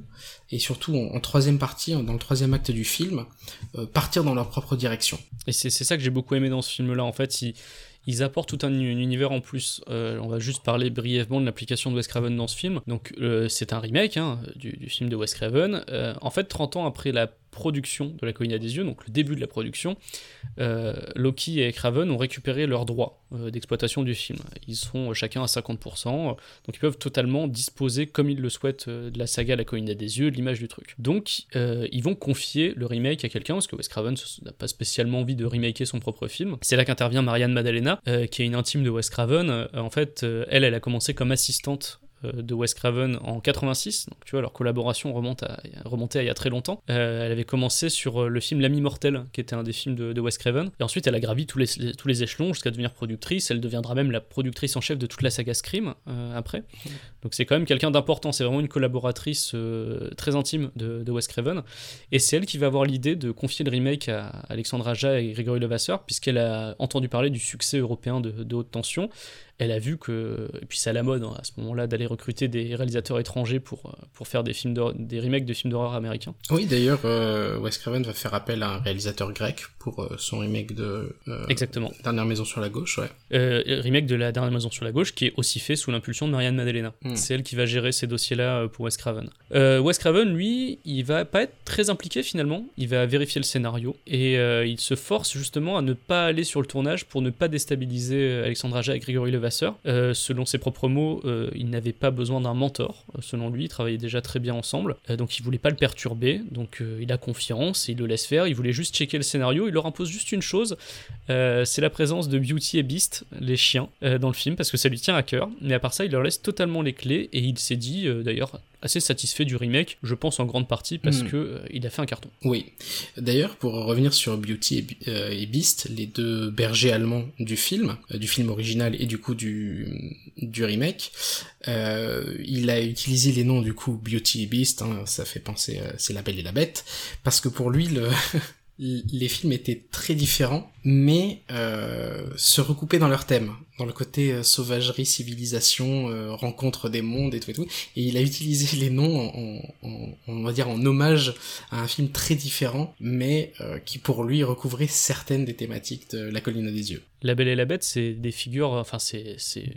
en troisième partie, dans le troisième acte du film, partir dans leur propre direction. Et c'est ça que j'ai beaucoup aimé dans ce film-là. En fait, ils apportent tout un univers en plus. On va juste parler brièvement de l'application de Wes Craven dans ce film. Donc, c'est un remake du film de Wes Craven. En fait, 30 ans après la production de La Colline à des yeux, donc le début de la production, Loki et Craven ont récupéré leurs droits d'exploitation du film. Ils sont chacun à 50%, donc ils peuvent totalement disposer comme ils le souhaitent de la saga La Colline à des yeux, de l'image du truc. Donc ils vont confier le remake à quelqu'un, parce que Wes Craven n'a pas spécialement envie de remaker son propre film. C'est là qu'intervient Marianne Maddalena, qui est une intime de Wes Craven. En fait, elle a commencé comme assistante de Wes Craven en 86, donc tu vois, leur collaboration remontait à il y a très longtemps. Elle avait commencé sur le film L'Ami Mortel, qui était un des films de Wes Craven, et ensuite elle a gravi tous les échelons jusqu'à devenir productrice. Elle deviendra même la productrice en chef de toute la saga Scream après. Donc c'est quand même quelqu'un d'important, c'est vraiment une collaboratrice très intime de Wes Craven, et c'est elle qui va avoir l'idée de confier le remake à Alexandre Aja et Grégory Levasseur, puisqu'elle a entendu parler du succès européen de Haute Tension. elle a vu que, et puis c'est à la mode à ce moment-là d'aller recruter des réalisateurs étrangers pour faire des remakes de films d'horreur américains. Oui, d'ailleurs, Wes Craven va faire appel à un réalisateur grec pour son remake de Exactement. Dernière Maison sur la Gauche, ouais. Remake de La Dernière Maison sur la Gauche, qui est aussi fait sous l'impulsion de Marianne Maddalena. C'est elle qui va gérer ces dossiers-là pour Wes Craven. Wes Craven, lui, il va pas être très impliqué finalement, il va vérifier le scénario, et il se force justement à ne pas aller sur le tournage pour ne pas déstabiliser Alexandre Aja et Grégory Levasseur. Selon ses propres mots, il n'avait pas besoin d'un mentor, selon lui, ils travaillaient déjà très bien ensemble, donc il voulait pas le perturber, donc il a confiance, et il le laisse faire, il voulait juste checker le scénario, il leur impose juste une chose, c'est la présence de Beauty et Beast, les chiens, dans le film, parce que ça lui tient à cœur, mais à part ça, il leur laisse totalement les clés, et il s'est dit, d'ailleurs, assez satisfait du remake, je pense en grande partie parce que il a fait un carton. Oui. D'ailleurs, pour revenir sur Beauty et Beast, les deux bergers allemands du film original et du coup du remake, il a utilisé les noms du coup Beauty et Beast, ça fait penser c'est La Belle et la Bête, parce que pour lui les films étaient très différents, mais se recoupaient dans leur thème, dans le côté sauvagerie, civilisation, rencontre des mondes et tout, et il a utilisé les noms on va dire en hommage à un film très différent, mais qui pour lui recouvrait certaines des thématiques de La Colline des Yeux. La Belle et la Bête, c'est des figures, enfin c'est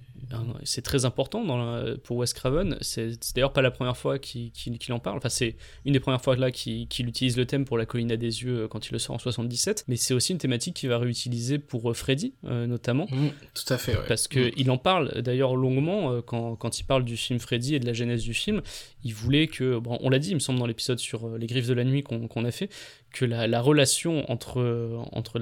très important pour Wes Craven. C'est d'ailleurs pas la première fois qu'il en parle. Enfin, c'est une des premières fois là qu'il utilise le thème pour La Colline des Yeux quand il le sort en 77. Mais c'est aussi une thématique qu'il va réutiliser pour Freddy, notamment. Tout à fait, ouais. Parce qu'il en parle d'ailleurs longuement quand il parle du film Freddy et de la genèse du film. Il voulait que, bon, on l'a dit, il me semble, dans l'épisode sur Les Griffes de la Nuit qu'on a fait, que la relation entre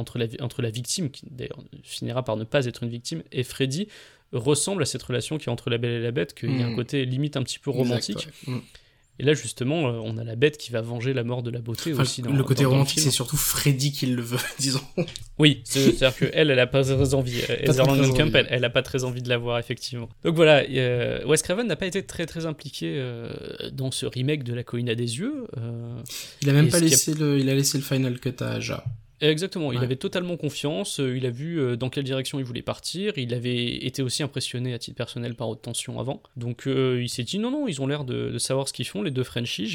la victime, qui d'ailleurs finira par ne pas être une victime, et Freddy ressemble à cette relation qui est entre La Belle et la Bête, qu'il y a un côté limite un petit peu romantique. Exact, ouais. Et là, justement, on a la bête qui va venger la mort de la beauté aussi. Le côté romantique, c'est surtout Freddy qui le veut, disons. Oui, c'est-à-dire qu'elle a pas très envie. Heather Langenkamp, elle a pas très envie de la voir, effectivement. Donc voilà, Wes Craven n'a pas été très très impliqué dans ce remake de La Colline des Yeux. Il a même pas laissé il a laissé le final cut à Aja. Exactement, il avait totalement confiance, il a vu dans quelle direction il voulait partir, il avait été aussi impressionné à titre personnel par Haute Tension avant, donc il s'est dit non, ils ont l'air de savoir ce qu'ils font, les deux Frenchies,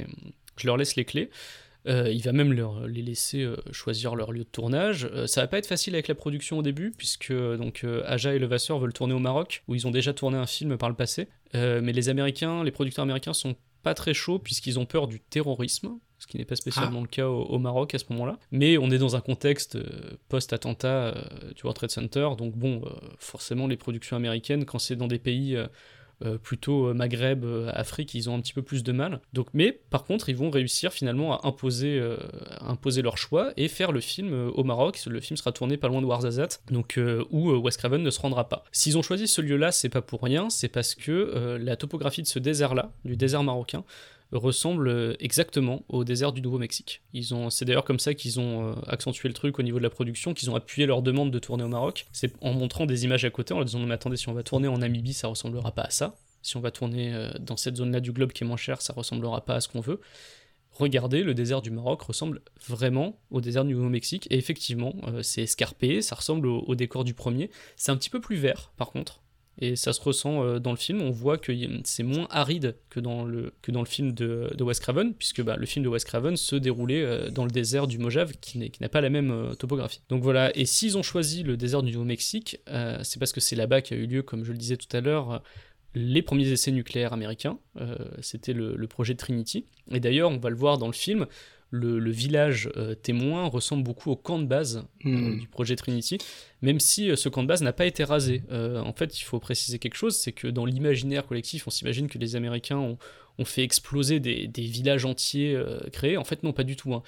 je leur laisse les clés. Il va même les laisser choisir leur lieu de tournage. Ça va pas être facile avec la production au début, puisque Aja et Levasseur veulent tourner au Maroc, où ils ont déjà tourné un film par le passé, mais les producteurs américains sont pas très chauds, puisqu'ils ont peur du terrorisme, ce qui n'est pas spécialement le cas au Maroc à ce moment-là. Mais on est dans un contexte post-attentat du World Trade Center, donc bon, forcément les productions américaines, quand c'est dans des pays plutôt Maghreb, Afrique, ils ont un petit peu plus de mal. Donc, mais par contre, ils vont réussir finalement à imposer leur choix et faire le film au Maroc. Le film sera tourné pas loin de Ouarzazate, donc où Wes Craven ne se rendra pas. S'ils ont choisi ce lieu-là, c'est pas pour rien, c'est parce que la topographie de ce désert-là, du désert marocain, ressemble exactement au désert du Nouveau-Mexique. C'est d'ailleurs comme ça qu'ils ont accentué le truc au niveau de la production, qu'ils ont appuyé leur demande de tourner au Maroc. C'est en montrant des images à côté, en leur disant non mais attendez, si on va tourner en Namibie, ça ressemblera pas à ça. Si on va tourner dans cette zone-là du globe qui est moins chère, ça ressemblera pas à ce qu'on veut. Regardez, le désert du Maroc ressemble vraiment au désert du Nouveau-Mexique, et effectivement, c'est escarpé, ça ressemble au décor du premier. C'est un petit peu plus vert, par contre. Et ça se ressent dans le film, on voit que c'est moins aride que dans le film de Wes Craven, puisque le film de Wes Craven se déroulait dans le désert du Mojave, qui n'a pas la même topographie. Donc voilà, et s'ils ont choisi le désert du Nouveau-Mexique, c'est parce que c'est là-bas qu'a eu lieu, comme je le disais tout à l'heure, les premiers essais nucléaires américains, c'était le projet Trinity, et d'ailleurs on va le voir dans le film, le village témoin ressemble beaucoup au camp de base du projet Trinity, même si ce camp de base n'a pas été rasé. En fait, il faut préciser quelque chose, c'est que dans l'imaginaire collectif, on s'imagine que les Américains ont fait exploser des villages entiers créés. En fait, non, pas du tout.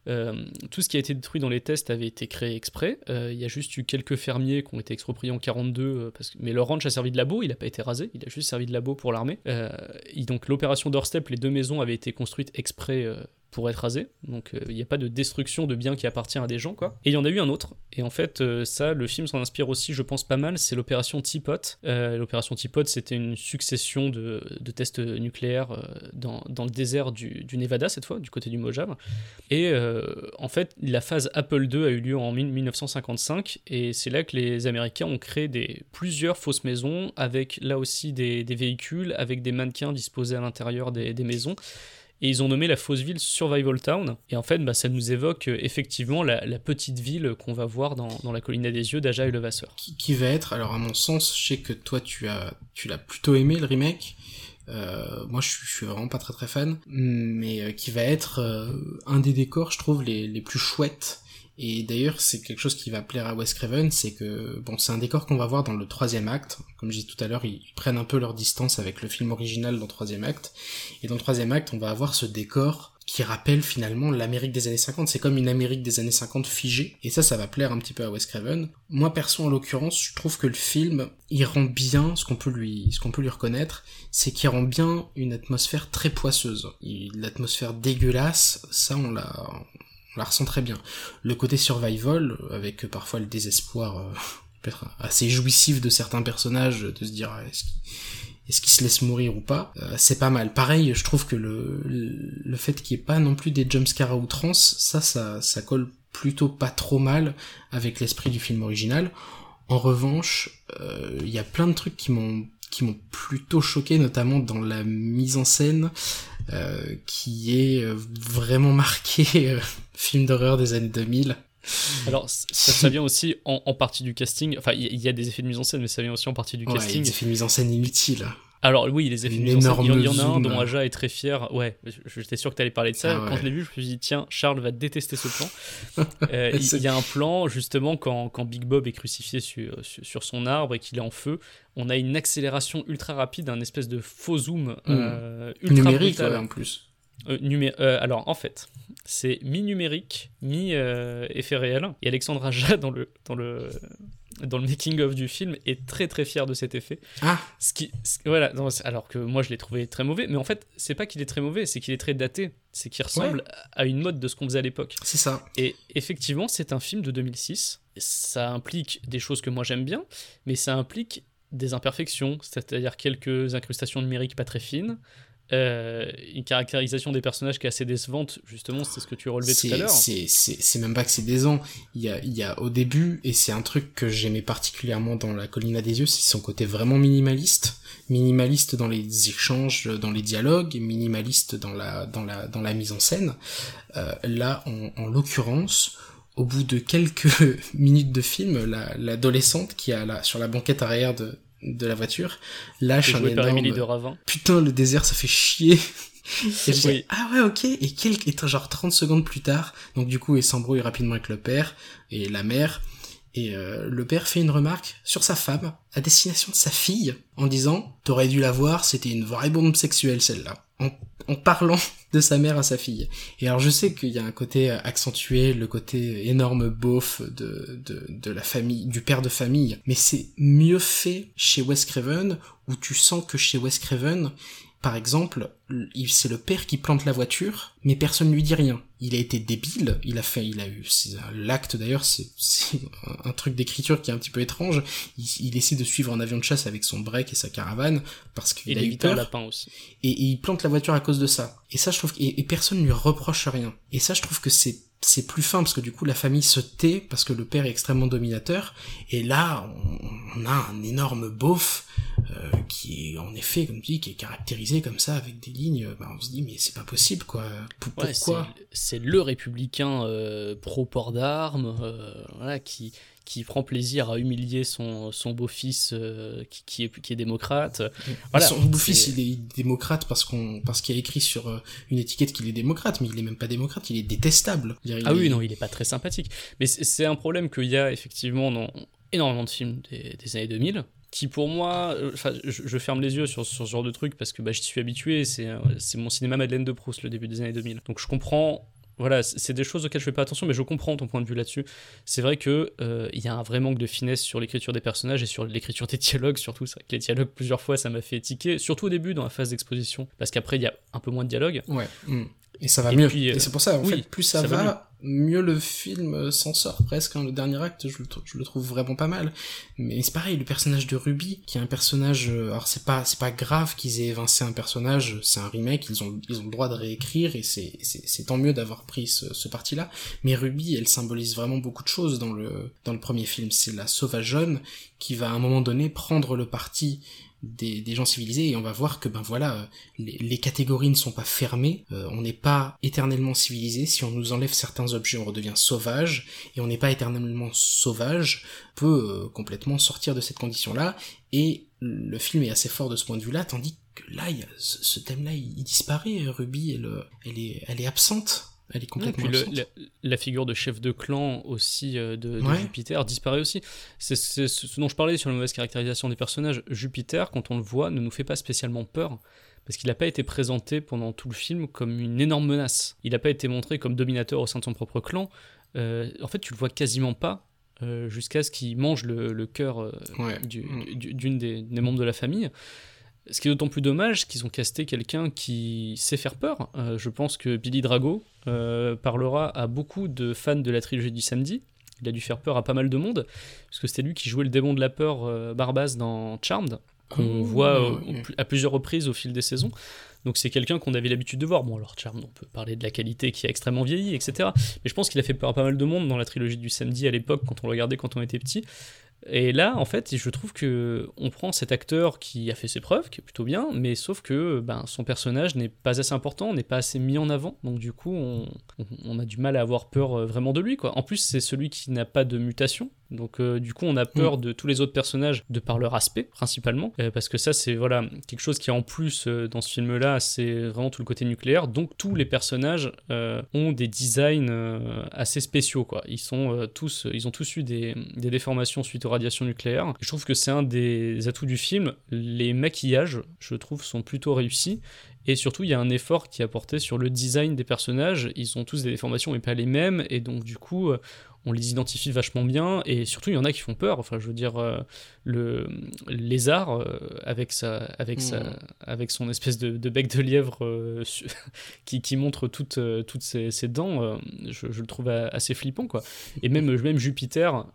Tout ce qui a été détruit dans les tests avait été créé exprès. Il y a juste eu quelques fermiers qui ont été expropriés en 1942, mais leur ranch a servi de labo, il n'a pas été rasé, il a juste servi de labo pour l'armée. Donc l'opération Doorstep, les deux maisons avaient été construites exprès pour être rasées, donc il n'y a pas de destruction de biens qui appartient à des gens, quoi. Et il y en a eu un autre, et en fait, ça, le film s'en inspire aussi, je pense, pas mal, c'est l'opération Teapot. L'opération Teapot, c'était une succession de tests nucléaires dans le désert du Nevada, cette fois, du côté du Mojave. Et en fait, la phase Apple II a eu lieu en 1955, et c'est là que les Américains ont créé plusieurs fausses maisons, avec là aussi des véhicules, avec des mannequins disposés à l'intérieur des maisons. Et ils ont nommé la fausse ville Survival Town. Et en fait, ça nous évoque effectivement la petite ville qu'on va voir dans La Colline à des yeux d'Aja et Levasseur. Qui va être, alors à mon sens, je sais que toi tu l'as plutôt aimé le remake. Moi je suis vraiment pas très très fan, mais qui va être un des décors, je trouve, les plus chouettes. Et d'ailleurs, c'est quelque chose qui va plaire à Wes Craven, c'est que, c'est un décor qu'on va voir dans le 3e acte. Comme je disais tout à l'heure, ils prennent un peu leur distance avec le film original dans le 3e acte. Et dans le 3e acte, on va avoir ce décor qui rappelle finalement l'Amérique des années 50. C'est comme une Amérique des années 50 figée. Et ça va plaire un petit peu à Wes Craven. Moi, perso, en l'occurrence, je trouve que le film, il rend bien ce qu'on peut lui reconnaître, c'est qu'il rend bien une atmosphère très poisseuse. L'atmosphère dégueulasse, ça, on la ressent très bien. Le côté survival, avec parfois le désespoir peut-être assez jouissif de certains personnages, de se dire est-ce qu'ils se laissent mourir ou pas, c'est pas mal. Pareil, je trouve que le fait qu'il n'y ait pas non plus des jumpscares à outrance, ça colle plutôt pas trop mal avec l'esprit du film original. En revanche, il y a plein de trucs qui m'ont plutôt choqué, notamment dans la mise en scène, qui est vraiment marqué film d'horreur des années 2000. Alors ça vient aussi en partie du casting, enfin il y a des effets de mise en scène, mais ça vient aussi en partie du casting. Des effets de mise en scène inutiles. Alors oui, les effets de mise en scène, il y en a un dont Aja est très fier. Ouais, j'étais sûr que t'allais parler de ça. Quand je l'ai vu, je me suis dit tiens, Charles va détester ce plan. Il y a un plan justement quand Big Bob est crucifié sur son arbre et qu'il est en feu, on a une accélération ultra rapide, un espèce de faux zoom ultra numérique brutal. en plus. Alors en fait, c'est mi-numérique, mi-effet réel. Et Alexandre Aja dans le making-of du film est très très fier de cet effet. Ah. Voilà, alors que moi je l'ai trouvé très mauvais, mais en fait c'est pas qu'il est très mauvais, c'est qu'il est très daté, c'est qu'il ressemble à une mode de ce qu'on faisait à l'époque. C'est ça. Et effectivement c'est un film de 2006, ça implique des choses que moi j'aime bien, mais ça implique des imperfections, c'est-à-dire quelques incrustations numériques pas très fines, une caractérisation des personnages qui est assez décevante, justement, c'est ce que tu relevais tout à l'heure. C'est même pas que c'est décevant. Il y a au début, et c'est un truc que j'aimais particulièrement dans La Colline à des yeux, c'est son côté vraiment minimaliste dans les échanges, dans les dialogues, minimaliste dans la mise en scène. Là, en l'occurrence, au bout de quelques minutes de film, l'adolescente qui a sur la banquette arrière de la voiture lâche un énorme putain, le désert ça fait chier. Et je dis ah ouais, ok. Et genre 30 secondes plus tard, donc du coup il s'embrouille rapidement avec le père et la mère, et le père fait une remarque sur sa femme à destination de sa fille en disant t'aurais dû la voir, c'était une vraie bombe sexuelle celle-là, en parlant de sa mère à sa fille. Et alors je sais qu'il y a un côté accentué, le côté énorme beauf de la famille, du père de famille, mais c'est mieux fait chez Wes Craven, où tu sens que chez Wes Craven, par exemple, c'est le père qui plante la voiture, mais personne lui dit rien. Il a été débile, l'acte d'ailleurs, c'est un truc d'écriture qui est un petit peu étrange. Il essaie de suivre un avion de chasse avec son break et sa caravane, parce qu'il a eu peur. Un lapin aussi. Et il plante la voiture à cause de ça. Et ça, je trouve, et personne lui reproche rien. Et ça, je trouve que c'est plus fin, parce que du coup, la famille se tait, parce que le père est extrêmement dominateur. Et là, on a un énorme beauf, qui est, en effet, comme tu dis, qui est caractérisé comme ça, avec des lignes, on se dit, mais c'est pas possible, quoi. Pourquoi? C'est le républicain pro-port d'armes, voilà, qui prend plaisir à humilier son beau-fils qui est démocrate. Voilà, son beau-fils, il est démocrate parce qu'il y a écrit sur une étiquette qu'il est démocrate, mais il est même pas démocrate, il est détestable. Oui, non, il est pas très sympathique. Mais c'est un problème qu'il y a effectivement dans énormément de films des années 2000, qui pour moi, je ferme les yeux sur ce genre de truc parce que j'y suis habitué, c'est mon cinéma Madeleine de Proust, le début des années 2000. Donc je comprends. Voilà, c'est des choses auxquelles je fais pas attention, mais je comprends ton point de vue là-dessus. C'est vrai que y a un vrai manque de finesse sur l'écriture des personnages et sur l'écriture des dialogues, surtout. C'est vrai que les dialogues, plusieurs fois, ça m'a fait tiquer, surtout au début, dans la phase d'exposition, parce qu'après, il y a un peu moins de dialogue. Ouais. Et ça va mieux. Puis, et c'est pour ça, en fait, plus ça va, mieux le film s'en sort presque, hein. Le dernier acte, je le trouve vraiment pas mal. Mais c'est pareil, le personnage de Ruby, qui est un personnage, alors c'est pas grave qu'ils aient évincé un personnage, c'est un remake, ils ont le droit de réécrire, et c'est tant mieux d'avoir pris ce parti-là. Mais Ruby, elle symbolise vraiment beaucoup de choses dans le premier film. C'est la sauvageonne qui va à un moment donné prendre le parti des gens civilisés, et on va voir que les catégories ne sont pas fermées, on n'est pas éternellement civilisé. Si on nous enlève certains objets, on redevient sauvage, et on n'est pas éternellement sauvage, on peut complètement sortir de cette condition-là, et le film est assez fort de ce point de vue-là, tandis que là, ce thème-là, il disparaît. Ruby, elle est absente. Elle est complètement absente. La figure de chef de clan aussi de Jupiter disparaît aussi. C'est ce dont je parlais sur la mauvaise caractérisation des personnages. Jupiter, quand on le voit, ne nous fait pas spécialement peur, parce qu'il n'a pas été présenté pendant tout le film comme une énorme menace. Il n'a pas été montré comme dominateur au sein de son propre clan. En fait, tu le vois quasiment pas jusqu'à ce qu'il mange le cœur d'une des membres de la famille. Ce qui est d'autant plus dommage qu'ils ont casté quelqu'un qui sait faire peur. Je pense que Billy Drago parlera à beaucoup de fans de la trilogie du samedi. Il a dû faire peur à pas mal de monde, parce que c'était lui qui jouait le démon de la peur Barbas dans Charmed, qu'on voit à plusieurs reprises au fil des saisons. Donc c'est quelqu'un qu'on avait l'habitude de voir. Bon, alors Charmed, on peut parler de la qualité qui a extrêmement vieilli, etc. Mais je pense qu'il a fait peur à pas mal de monde dans la trilogie du samedi à l'époque, quand on le regardait quand on était petit. Et là, en fait, je trouve que on prend cet acteur qui a fait ses preuves, qui est plutôt bien, mais sauf que son personnage n'est pas assez important, n'est pas assez mis en avant, donc du coup, on a du mal à avoir peur vraiment de lui, quoi. En plus, c'est celui qui n'a pas de mutation, donc du coup, on a peur de tous les autres personnages de par leur aspect, principalement, parce que ça, c'est quelque chose qui est en plus dans ce film-là, c'est vraiment tout le côté nucléaire, donc tous les personnages ont des designs assez spéciaux, quoi. Ils ont tous eu des déformations suite aux radiations nucléaires. Je trouve que c'est un des atouts du film. Les maquillages, je trouve, sont plutôt réussis. Et surtout, il y a un effort qui est apporté sur le design des personnages. Ils ont tous des déformations, mais pas les mêmes. Et donc, du coup, on les identifie vachement bien. Et surtout, il y en a qui font peur. Enfin, je veux dire, le lézard, avec son espèce de bec de lièvre qui montre toutes ses dents, je le trouve assez flippant, quoi. Et même Jupiter,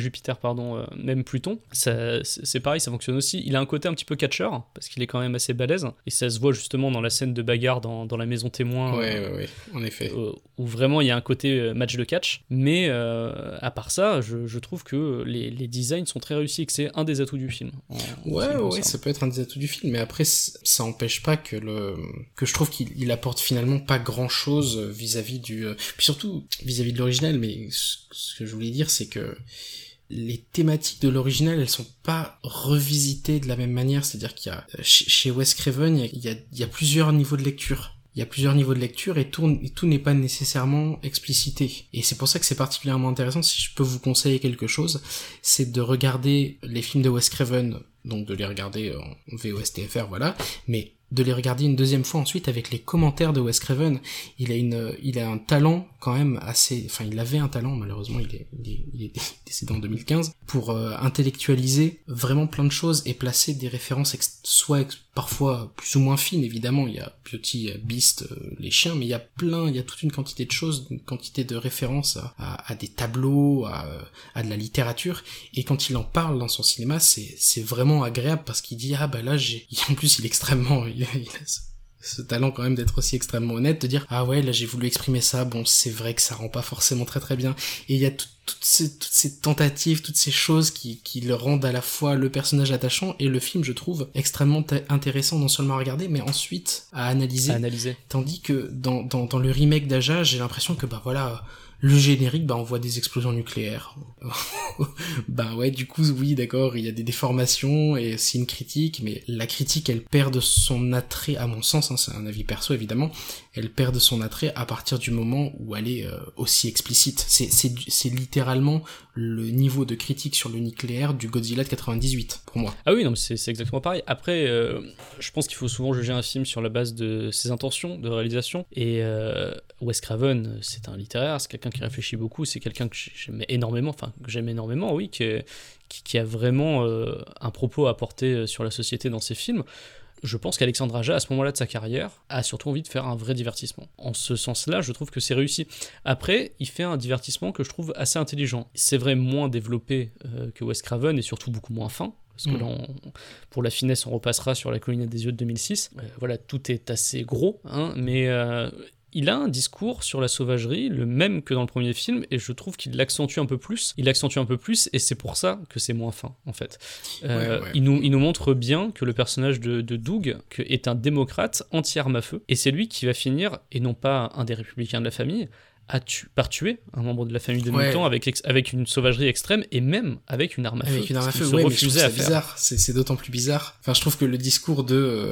même Pluton, c'est pareil, ça fonctionne aussi. Il a un côté un petit peu catcheur, parce qu'il est quand même assez balèze. Et ça se voit justement dans la scène de bagarre dans la maison témoin. Ouais, en effet. Où vraiment il y a un côté match de catch. Mais à part ça, je trouve que les designs sont très réussis et que c'est un des atouts du film. Ouais, ça peut être un des atouts du film, mais après, ça empêche pas que je trouve qu'il apporte finalement pas grand chose vis-à-vis puis surtout vis-à-vis de l'original, mais ce que je voulais dire, c'est que les thématiques de l'original, elles sont pas revisitées de la même manière, c'est-à-dire qu'il y a, chez Wes Craven, il y a plusieurs niveaux de lecture. Il y a plusieurs niveaux de lecture et tout n'est pas nécessairement explicité. Et c'est pour ça que c'est particulièrement intéressant. Si je peux vous conseiller quelque chose, c'est de regarder les films de Wes Craven, donc de les regarder en VOSTFR, voilà, mais de les regarder une deuxième fois ensuite avec les commentaires de Wes Craven. Il a un talent quand même assez, enfin il avait un talent, malheureusement il est décédé en 2015, pour intellectualiser vraiment plein de choses et placer des références parfois plus ou moins fines, évidemment. Il y a Beauty, Beast, les chiens, mais il y a toute une quantité de choses, une quantité de références à des tableaux, à de la littérature, et quand il en parle dans son cinéma, c'est vraiment agréable, parce qu'il dit, là en plus il est extrêmement, il a ce talent quand même d'être aussi extrêmement honnête, de dire, ouais, là j'ai voulu exprimer ça, bon, c'est vrai que ça rend pas forcément très très bien, et il y a toutes ces tentatives, toutes ces choses qui le rendent à la fois le personnage attachant et le film, je trouve, extrêmement intéressant, non seulement à regarder, mais ensuite à analyser. Tandis que dans le remake d'Aja, j'ai l'impression que le générique, on voit des explosions nucléaires. Ouais, du coup, oui, d'accord, il y a des déformations et c'est une critique, mais la critique, elle perd de son attrait, à mon sens, c'est un avis perso évidemment, elle perd de son attrait à partir du moment où elle est aussi explicite. C'est littéralement le niveau de critique sur le nucléaire du Godzilla de 98, pour moi. Ah oui, non, mais c'est exactement pareil. Après, je pense qu'il faut souvent juger un film sur la base de ses intentions de réalisation, et Wes Craven, c'est un littéraire, c'est quelqu'un qui réfléchit beaucoup, c'est quelqu'un que j'aime énormément, oui, qui a vraiment un propos à porter sur la société dans ses films. Je pense qu'Alexandre Aja, à ce moment-là de sa carrière, a surtout envie de faire un vrai divertissement. En ce sens-là, je trouve que c'est réussi. Après, il fait un divertissement que je trouve assez intelligent. C'est vrai, moins développé que Wes Craven et surtout beaucoup moins fin. Parce que là, pour la finesse, on repassera sur La colline des yeux de 2006. Voilà, tout est assez gros, hein, mais il a un discours sur la sauvagerie, le même que dans le premier film, et je trouve qu'il l'accentue un peu plus. Il l'accentue un peu plus, et c'est pour ça que c'est moins fin, en fait. Il nous montre bien que le personnage de Doug est un démocrate anti-arme à feu, et c'est lui qui va finir, et non pas un des républicains de la famille, par tuer un membre de la famille de mutants avec une sauvagerie extrême et même avec une arme à feu. Avec une arme à feu, mais je trouve ça bizarre. C'est d'autant plus bizarre. Enfin, je trouve que le discours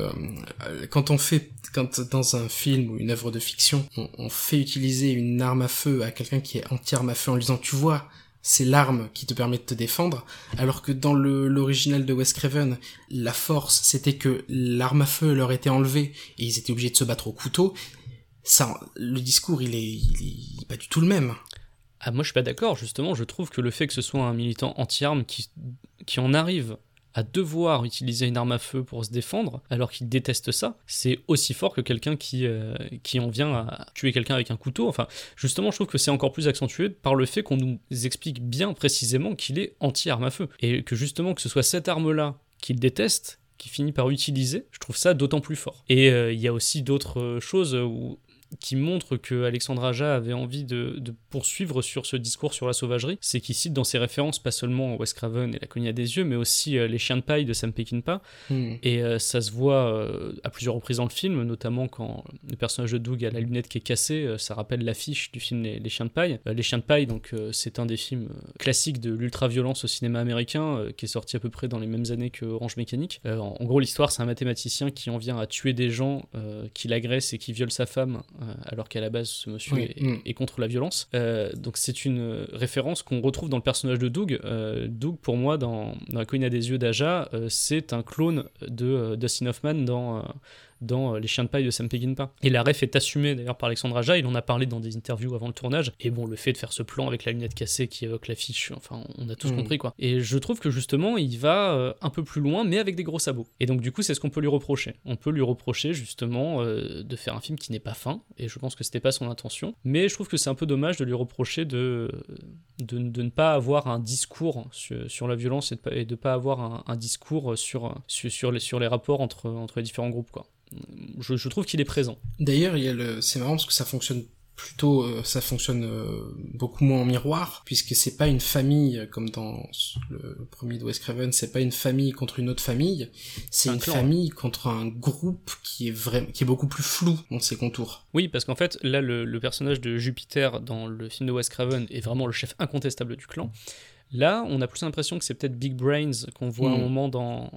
quand dans un film ou une œuvre de fiction, on fait utiliser une arme à feu à quelqu'un qui est anti-arme à feu en lui disant, tu vois, c'est l'arme qui te permet de te défendre, alors que dans l'original de Wes Craven, la force, c'était que l'arme à feu leur était enlevée et ils étaient obligés de se battre au couteau. Ça, le discours, il est pas du tout le même. Ah, moi je suis pas d'accord, justement, je trouve que le fait que ce soit un militant anti-armes qui en arrive à devoir utiliser une arme à feu pour se défendre, alors qu'il déteste ça, c'est aussi fort que quelqu'un qui en vient à tuer quelqu'un avec un couteau. Enfin, justement, je trouve que c'est encore plus accentué par le fait qu'on nous explique bien précisément qu'il est anti-arme à feu. Et que justement, que ce soit cette arme-là qu'il déteste, qui finit par utiliser, je trouve ça d'autant plus fort. Et il y a aussi d'autres choses qui montre que Alexandre Aja avait envie de poursuivre sur ce discours sur la sauvagerie, c'est qu'il cite dans ses références pas seulement Wes Craven et La colline des yeux, mais aussi Les chiens de paille de Sam Peckinpah. Et ça se voit à plusieurs reprises dans le film, notamment quand le personnage de Doug a la lunette qui est cassée, ça rappelle l'affiche du film Les chiens de paille. Les chiens de paille, donc, c'est un des films classiques de l'ultra-violence au cinéma américain, qui est sorti à peu près dans les mêmes années que Orange Mécanique. En gros, l'histoire, c'est un mathématicien qui en vient à tuer des gens, qui l'agressent et qui violent sa femme, alors qu'à la base ce monsieur est contre la violence. Donc c'est une référence qu'on retrouve dans le personnage de Doug. Doug, pour moi, dans La colline des yeux d'Aja, c'est un clone de Dustin Hoffman dans Les chiens de paille de Sam Peckinpah. Et la ref est assumée d'ailleurs par Alexandre Aja, il en a parlé dans des interviews avant le tournage, et bon, le fait de faire ce plan avec la lunette cassée qui évoque l'affiche, enfin, on a tous compris quoi. Et je trouve que justement, il va un peu plus loin, mais avec des gros sabots. Et donc du coup, c'est ce qu'on peut lui reprocher. On peut lui reprocher justement de faire un film qui n'est pas fin, et je pense que c'était pas son intention, mais je trouve que c'est un peu dommage de lui reprocher de ne pas avoir un discours sur la violence et de pas avoir un discours sur les rapports entre les différents groupes quoi. Je trouve qu'il est présent. D'ailleurs, c'est marrant parce que ça fonctionne beaucoup moins en miroir, puisque c'est pas une famille comme dans le premier de Wes Craven, c'est pas une famille contre une autre famille, c'est une famille contre un groupe qui est beaucoup plus flou dans ses contours. Oui, parce qu'en fait, là, le personnage de Jupiter dans le film de Wes Craven est vraiment le chef incontestable du clan. Là, on a plus l'impression que c'est peut-être Big Brains qu'on voit un moment dans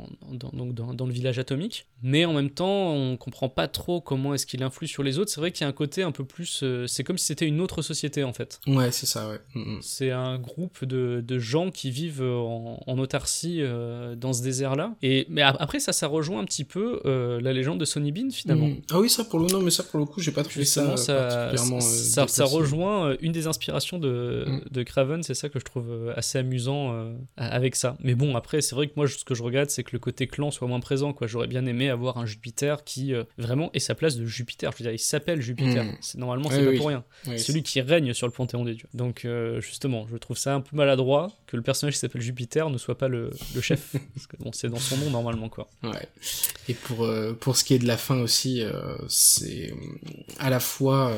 le village atomique, mais en même temps, on comprend pas trop comment est-ce qu'il influe sur les autres. C'est vrai qu'il y a un côté un peu plus... c'est comme si c'était une autre société, en fait. Ouais, c'est ça, ouais. C'est un groupe de gens qui vivent en autarcie dans ce désert-là. Mais après, ça rejoint un petit peu la légende de Sonny Bean, finalement. Ah oui, ça pour le coup, j'ai pas trouvé ça particulièrement... Ça rejoint une des inspirations de Craven, c'est ça que je trouve assez amusant avec ça. Mais bon, après, c'est vrai que moi, ce que je regrette, c'est que le côté clan soit moins présent, quoi. J'aurais bien aimé avoir un Jupiter qui, vraiment, ait sa place de Jupiter. Je veux dire, il s'appelle Jupiter. Normalement, c'est pas pour rien. Oui, c'est celui qui règne sur le panthéon des dieux. Donc, justement, je trouve ça un peu maladroit que le personnage qui s'appelle Jupiter ne soit pas le chef. Parce que, bon, c'est dans son nom, normalement, quoi. Ouais. Et pour ce qui est de la fin aussi, c'est à la fois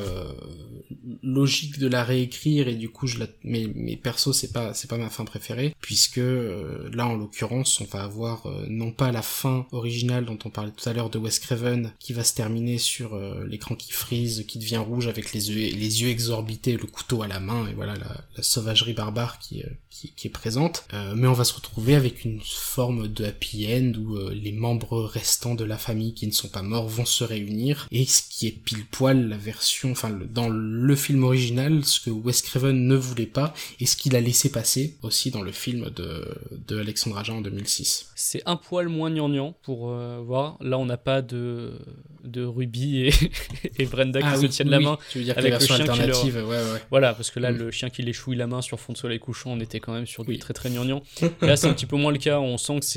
logique de la réécrire, et du coup, mais perso, c'est pas ma fin préférée, puisque là en l'occurrence on va avoir non pas la fin originale dont on parlait tout à l'heure de Wes Craven, qui va se terminer sur l'écran qui frise, qui devient rouge avec les yeux exorbités, le couteau à la main, et voilà la sauvagerie barbare qui est présente, mais on va se retrouver avec une forme de happy end où les membres restants de la famille qui ne sont pas morts vont se réunir, et ce qui est pile poil la version, enfin dans le film original, ce que Wes Craven ne voulait pas, et ce qu'il a laissé passer aussi dans le film de Alexandre Aja en 2006. C'est un poil moins gnangnan pour voir. Là, on n'a pas de Ruby et Brenda qui se tiennent la main. Tu veux dire avec le chien alternative, ouais. Voilà, parce que là, le chien qui les chouille la main sur fond de soleil couchant, on était quand même sur du très très gnangnan. Là, c'est un petit peu moins le cas. On sent que c'est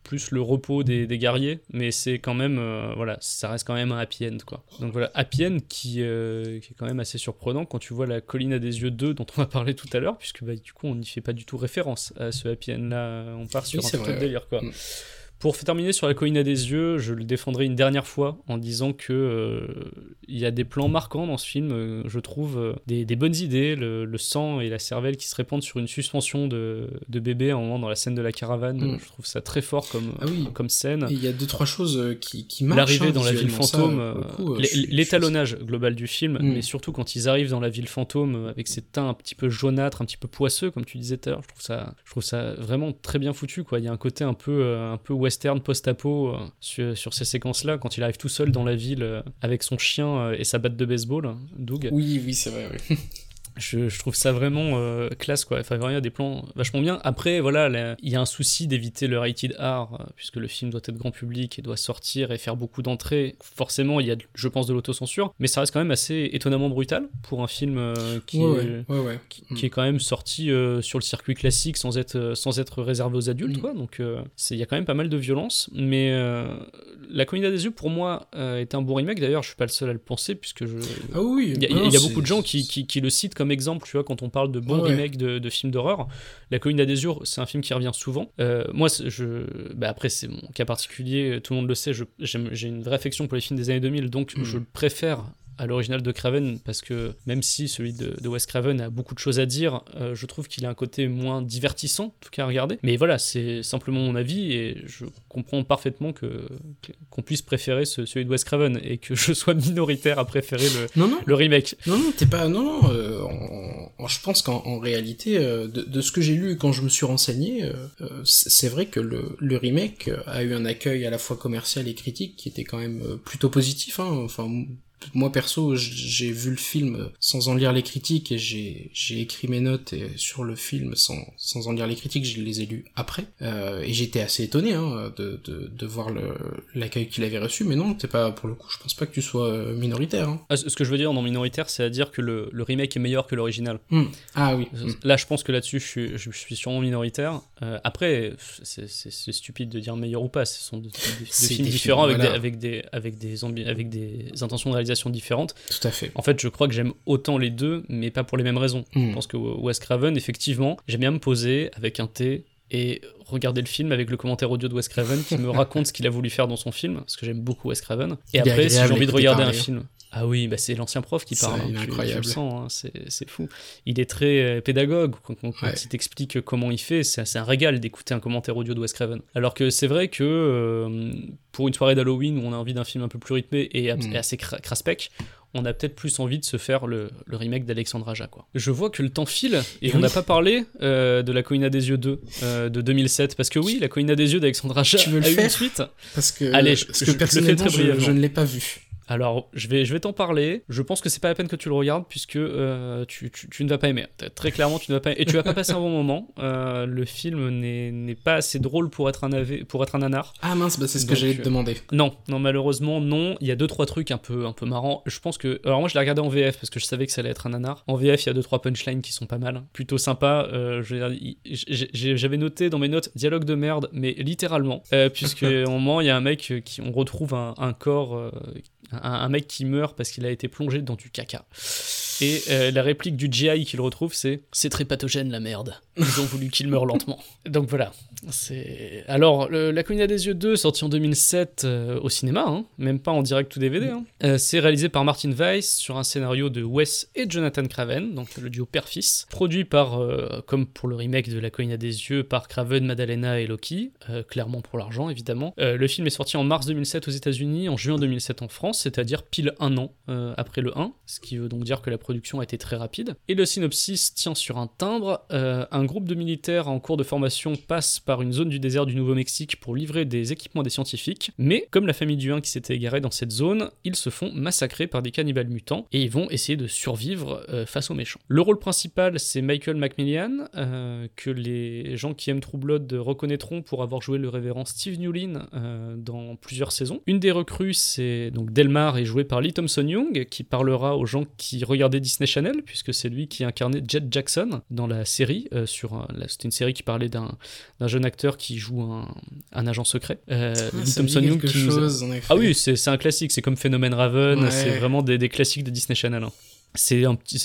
plus le repos des guerriers, mais c'est quand même, voilà, ça reste quand même un happy end, quoi. Donc voilà, happy end qui est quand même assez surprenant quand tu vois La Colline à des yeux 2 dont on va parler tout à l'heure, puisque bah, du coup on n'y fait pas du tout référence à ce happy end là, on part sur un peu de délire, quoi. Pour terminer sur La Colline à des yeux, je le défendrai une dernière fois en disant que il y a des plans marquants dans ce film, je trouve, des bonnes idées, le sang et la cervelle qui se répandent sur une suspension de bébé à un moment dans la scène de la caravane, je trouve ça très fort comme scène. Et il y a 2-3 choses qui marchent. L'arrivée dans la ville fantôme, l'étalonnage global du film, mais surtout quand ils arrivent dans la ville fantôme avec ces teints un petit peu jaunâtres, un petit peu poisseux, comme tu disais tout à l'heure, je trouve ça vraiment très bien foutu, quoi. Il y a un côté un peu western post-apo sur ces séquences-là, quand il arrive tout seul dans la ville avec son chien et sa batte de baseball, Doug. Oui, c'est vrai, oui. Je trouve ça vraiment classe, quoi. Enfin, vraiment, il y a des plans vachement bien. Après, voilà, il y a un souci d'éviter le rated R, puisque le film doit être grand public et doit sortir et faire beaucoup d'entrées. Forcément, il y a, je pense, de l'autocensure, mais ça reste quand même assez étonnamment brutal pour un film qui est quand même sorti sur le circuit classique sans être réservé aux adultes, quoi. Donc, il y a quand même pas mal de violence, mais La Colline à des yeux, pour moi, est un bon remake. D'ailleurs, je suis pas le seul à le penser, puisque il y a beaucoup de gens qui le citent comme exemple, tu vois, quand on parle de bons remakes de films d'horreur. La Colline à des yeux, c'est un film qui revient souvent. Moi, après, c'est mon cas particulier, tout le monde le sait, j'ai une vraie affection pour les films des années 2000, donc je le préfère à l'original de Craven, parce que même si celui de Wes Craven a beaucoup de choses à dire, je trouve qu'il a un côté moins divertissant, en tout cas à regarder. Mais voilà, c'est simplement mon avis, et je comprends parfaitement qu'on puisse préférer celui de Wes Craven, et que je sois minoritaire à préférer le remake. Non, t'es pas... Non, je pense qu'en réalité, de ce que j'ai lu quand je me suis renseigné, c'est vrai que le remake a eu un accueil à la fois commercial et critique qui était quand même plutôt positif, hein. Enfin, moi perso, j'ai vu le film sans en lire les critiques, et j'ai écrit mes notes sur le film sans en lire les critiques, je les ai lues après, et j'étais assez étonné de voir l'accueil qu'il avait reçu. Mais non, t'es pas, pour le coup, je pense pas que tu sois minoritaire, hein. Ce que je veux dire dans minoritaire, c'est à dire que le remake est meilleur que l'original. Ah oui. Là, je pense que là-dessus, je suis sûrement minoritaire. Après, c'est stupide de dire meilleur ou pas, ce sont deux films différents, avec des intentions de réalisation différentes. Tout à fait. En fait, je crois que j'aime autant les deux, mais pas pour les mêmes raisons. Je pense que Wes Craven, effectivement, j'aime bien me poser avec un thé et regarder le film avec le commentaire audio de Wes Craven qui me raconte ce qu'il a voulu faire dans son film, parce que j'aime beaucoup Wes Craven. Et après, si j'ai envie de regarder un film... Ah oui, bah c'est l'ancien prof qui parle, c'est incroyable. Tu le sens, hein, c'est fou. Il est très pédagogue, quand il t'explique comment il fait, c'est un régal d'écouter un commentaire audio de Wes Craven. Alors que c'est vrai que pour une soirée d'Halloween où on a envie d'un film un peu plus rythmé et assez craspec, on a peut-être plus envie de se faire le remake d'Alexandre Aja, quoi. Je vois que le temps file, et on n'a pas parlé de La Colline à des yeux 2 de 2007, parce que oui, La Colline à des yeux d'Alexandre Aja a eu une suite. Parce que, allez, personnellement, je ne l'ai pas vu. Alors, je vais t'en parler. Je pense que c'est pas la peine que tu le regardes, puisque tu ne vas pas aimer. Très clairement, tu ne vas pas aimer. Et tu vas pas passer un bon moment. Le film n'est pas assez drôle pour être un nanar. Ah mince, bah c'est ce que j'allais te demander. Non, malheureusement, non. Il y a 2-3 trucs un peu marrants. Je pense que... Alors moi, je l'ai regardé en VF, parce que je savais que ça allait être un nanar. En VF, il y a 2-3 punchlines qui sont pas mal. Plutôt sympa. J'avais noté dans mes notes, dialogue de merde, mais littéralement. Puisque à un moment, il y a un mec on retrouve un corps... Un mec qui meurt parce qu'il a été plongé dans du caca. Et la réplique du GI qu'il retrouve, c'est « C'est très pathogène, la merde. Ils ont voulu qu'il meure lentement. » Donc voilà. Alors, La Colline à des yeux 2, sorti en 2007 au cinéma, hein, même pas en direct ou DVD. Hein. C'est réalisé par Martin Weiss sur un scénario de Wes et Jonathan Craven, donc le duo père-fils. Produit par, comme pour le remake de La Colline à des yeux, par Craven, Maddalena et Loki, clairement pour l'argent, évidemment. Le film est sorti en mars 2007 aux États-Unis, en juin 2007 en France, c'est-à-dire pile un an après le 1, ce qui veut donc dire que la production a été très rapide. Et le synopsis tient sur un timbre. Un groupe de militaires en cours de formation passe par une zone du désert du Nouveau-Mexique pour livrer des équipements à des scientifiques, mais comme la famille du 1 qui s'était égarée dans cette zone, ils se font massacrer par des cannibales mutants et ils vont essayer de survivre face aux méchants. Le rôle principal, c'est Michael McMillian, que les gens qui aiment True Blood reconnaîtront pour avoir joué le révérend Steve Newlin dans plusieurs saisons. Une des recrues, c'est donc Delmar, est jouée par Lee Thompson-Young, qui parlera aux gens qui regardaient regardé Disney Channel, puisque c'est lui qui incarnait Jet Jackson dans la série. C'était une série qui parlait d'un jeune acteur qui joue un agent secret. Lee Thompson-Young qui Ah oui, c'est un classique, c'est comme Phénomène Raven, c'est vraiment des classiques de Disney Channel. Hein. C'est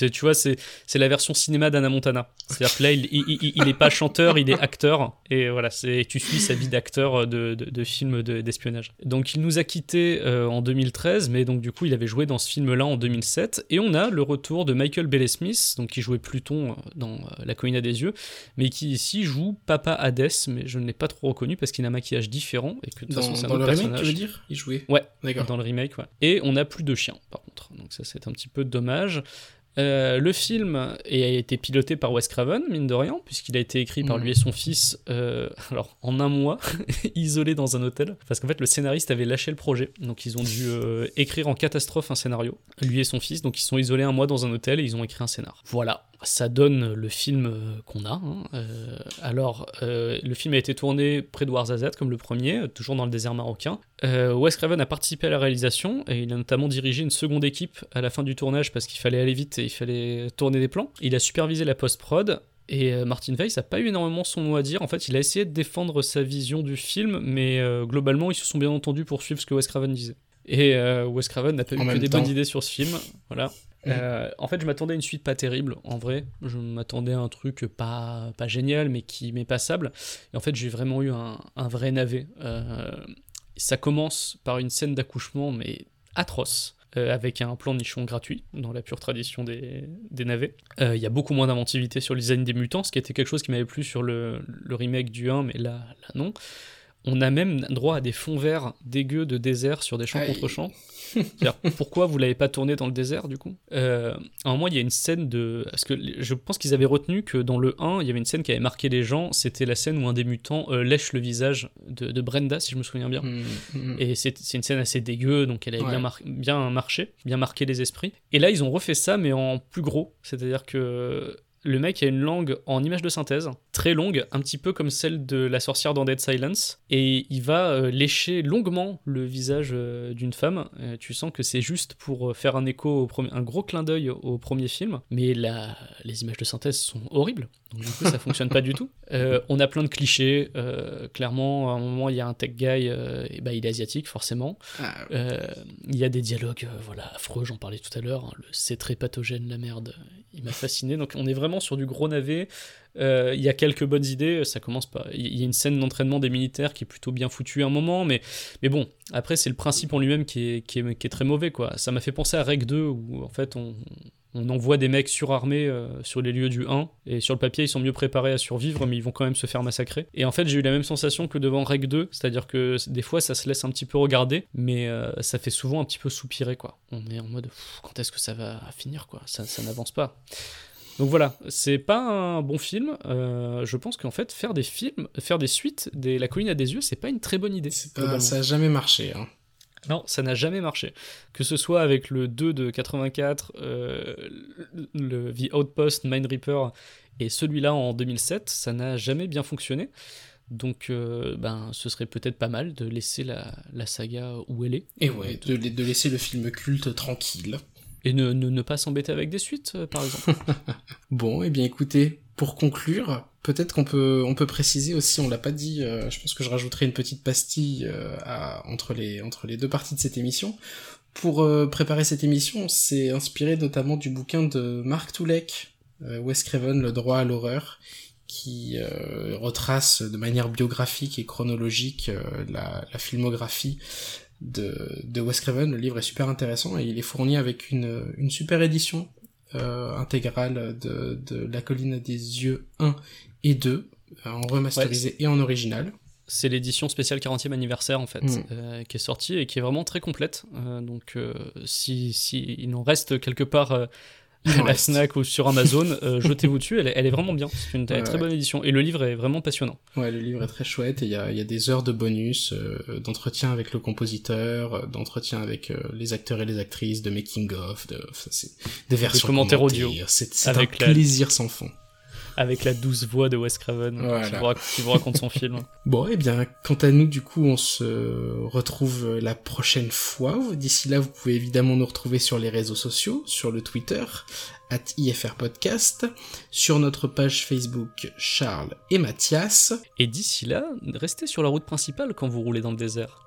la version cinéma d'Hannah Montana. C'est-à-dire que là, il est pas chanteur, il est acteur. Et voilà, tu suis sa vie d'acteur de film d'espionnage. Donc, il nous a quittés en 2013, mais donc du coup, il avait joué dans ce film-là en 2007. Et on a le retour de Michael Bailey Smith, donc qui jouait Pluton dans La Colline à des yeux, mais qui ici joue Papa Hades, mais je ne l'ai pas trop reconnu parce qu'il a un maquillage différent et que de toute façon, c'est un autre personnage. Dans le remake, tu veux dire ? Il jouait. Ouais, d'accord. Dans le remake, ouais. Et on n'a plus de chien, par contre. Donc ça, c'est un petit peu dommage. Le film a été piloté par Wes Craven, mine de rien, puisqu'il a été écrit par lui et son fils, alors en un mois, isolés dans un hôtel, parce qu'en fait le scénariste avait lâché le projet, donc ils ont dû écrire en catastrophe un scénario, lui et son fils, donc ils sont isolés un mois dans un hôtel et ils ont écrit un scénar. Voilà, ça donne le film qu'on a. Hein. Le film a été tourné près de Ouarzazate, comme le premier, toujours dans le désert marocain. Wes Craven a participé à la réalisation et il a notamment dirigé une seconde équipe à la fin du tournage parce qu'il fallait aller vite et il fallait tourner des plans. Il a supervisé la post-prod et Martin Weiss n'a pas eu énormément son mot à dire. En fait, il a essayé de défendre sa vision du film, mais globalement, ils se sont bien entendus pour suivre ce que Wes Craven disait. Et Wes Craven n'a pas eu que des bonnes idées sur ce film. Voilà. En fait, je m'attendais à une suite pas terrible, en vrai. Je m'attendais à un truc pas génial, mais qui m'est passable. Et en fait, j'ai vraiment eu un vrai navet. Ça commence par une scène d'accouchement, mais atroce, avec un plan nichon gratuit, dans la pure tradition des navets. Il y a beaucoup moins d'inventivité sur le design des mutants, ce qui était quelque chose qui m'avait plu sur le remake du 1, mais là non. On a même droit à des fonds verts dégueux de désert sur des champs contre champs. C'est-à-dire, pourquoi vous l'avez pas tourné dans le désert, du coup ? À un moment, il y a une scène parce que je pense qu'ils avaient retenu que dans le 1, il y avait une scène qui avait marqué les gens, c'était la scène où un des mutants lèche le visage de Brenda, si je me souviens bien. Et c'est une scène assez dégueu, donc elle avait bien marqué les esprits. Et là, ils ont refait ça, mais en plus gros. C'est-à-dire que le mec a une langue en image de synthèse, très longue, un petit peu comme celle de la sorcière dans Dead Silence, et il va lécher longuement le visage d'une femme. Tu sens que c'est juste pour faire un écho, un gros clin d'œil au premier film, mais les images de synthèse sont horribles, donc du coup ça fonctionne pas du tout. On a plein de clichés, clairement, à un moment il y a un tech guy, il est asiatique forcément. Il y a des dialogues affreux, j'en parlais tout à l'heure, hein, c'est très pathogène la merde, il m'a fasciné, donc on est vraiment sur du gros navet. Il y a quelques bonnes idées, ça commence pas. Il y a une scène d'entraînement des militaires qui est plutôt bien foutue à un moment, mais bon, après c'est le principe en lui-même qui est très mauvais, quoi. Ça m'a fait penser à Rec 2 où en fait on envoie des mecs surarmés sur les lieux du 1, et sur le papier ils sont mieux préparés à survivre, mais ils vont quand même se faire massacrer. Et en fait j'ai eu la même sensation que devant Rec 2, c'est-à-dire que des fois ça se laisse un petit peu regarder, mais ça fait souvent un petit peu soupirer, quoi. On est en mode quand est-ce que ça va finir, quoi, ça n'avance pas. Donc voilà, c'est pas un bon film. Je pense qu'en fait, faire des suites, La Colline à des yeux, c'est pas une très bonne idée. Ça a jamais marché. Hein. Non, ça n'a jamais marché. Que ce soit avec le 2 de 84, le The Outpost, Mind Reaper, et celui-là en 2007, ça n'a jamais bien fonctionné. Donc, ce serait peut-être pas mal de laisser la saga où elle est. Et ouais, de laisser le film culte tranquille. Et ne pas s'embêter avec des suites, par exemple. Bon, eh bien écoutez, pour conclure, peut-être qu'on peut préciser aussi, on l'a pas dit, je pense que je rajouterai une petite pastille entre les deux parties de cette émission. Pour préparer cette émission, on s'est inspiré notamment du bouquin de Mark Tulek, Wes Craven, Le droit à l'horreur, qui retrace de manière biographique et chronologique la filmographie de Wes Craven. Le livre est super intéressant et il est fourni avec une super édition intégrale de La Colline à des yeux 1 et 2, en remasterisé et en original. C'est l'édition spéciale 40e anniversaire en fait, qui est sortie et qui est vraiment très complète. Donc si il en reste quelque part à la Fnac ou sur Amazon, jetez-vous dessus, elle est vraiment bien. C'est une très bonne édition et le livre est vraiment passionnant. Ouais, le livre est très chouette et il y a des heures de bonus, d'entretien avec le compositeur, d'entretien avec les acteurs et les actrices, de making of, c'est des versions commentaires audio. C'est un plaisir sans fond. Avec la douce voix de Wes Craven Voilà. qui vous raconte son film. Bon, eh bien, quant à nous, du coup, on se retrouve la prochaine fois. D'ici là, vous pouvez évidemment nous retrouver sur les réseaux sociaux, sur le Twitter, @IFRpodcast, sur notre page Facebook Charles et Mathias. Et d'ici là, restez sur la route principale quand vous roulez dans le désert.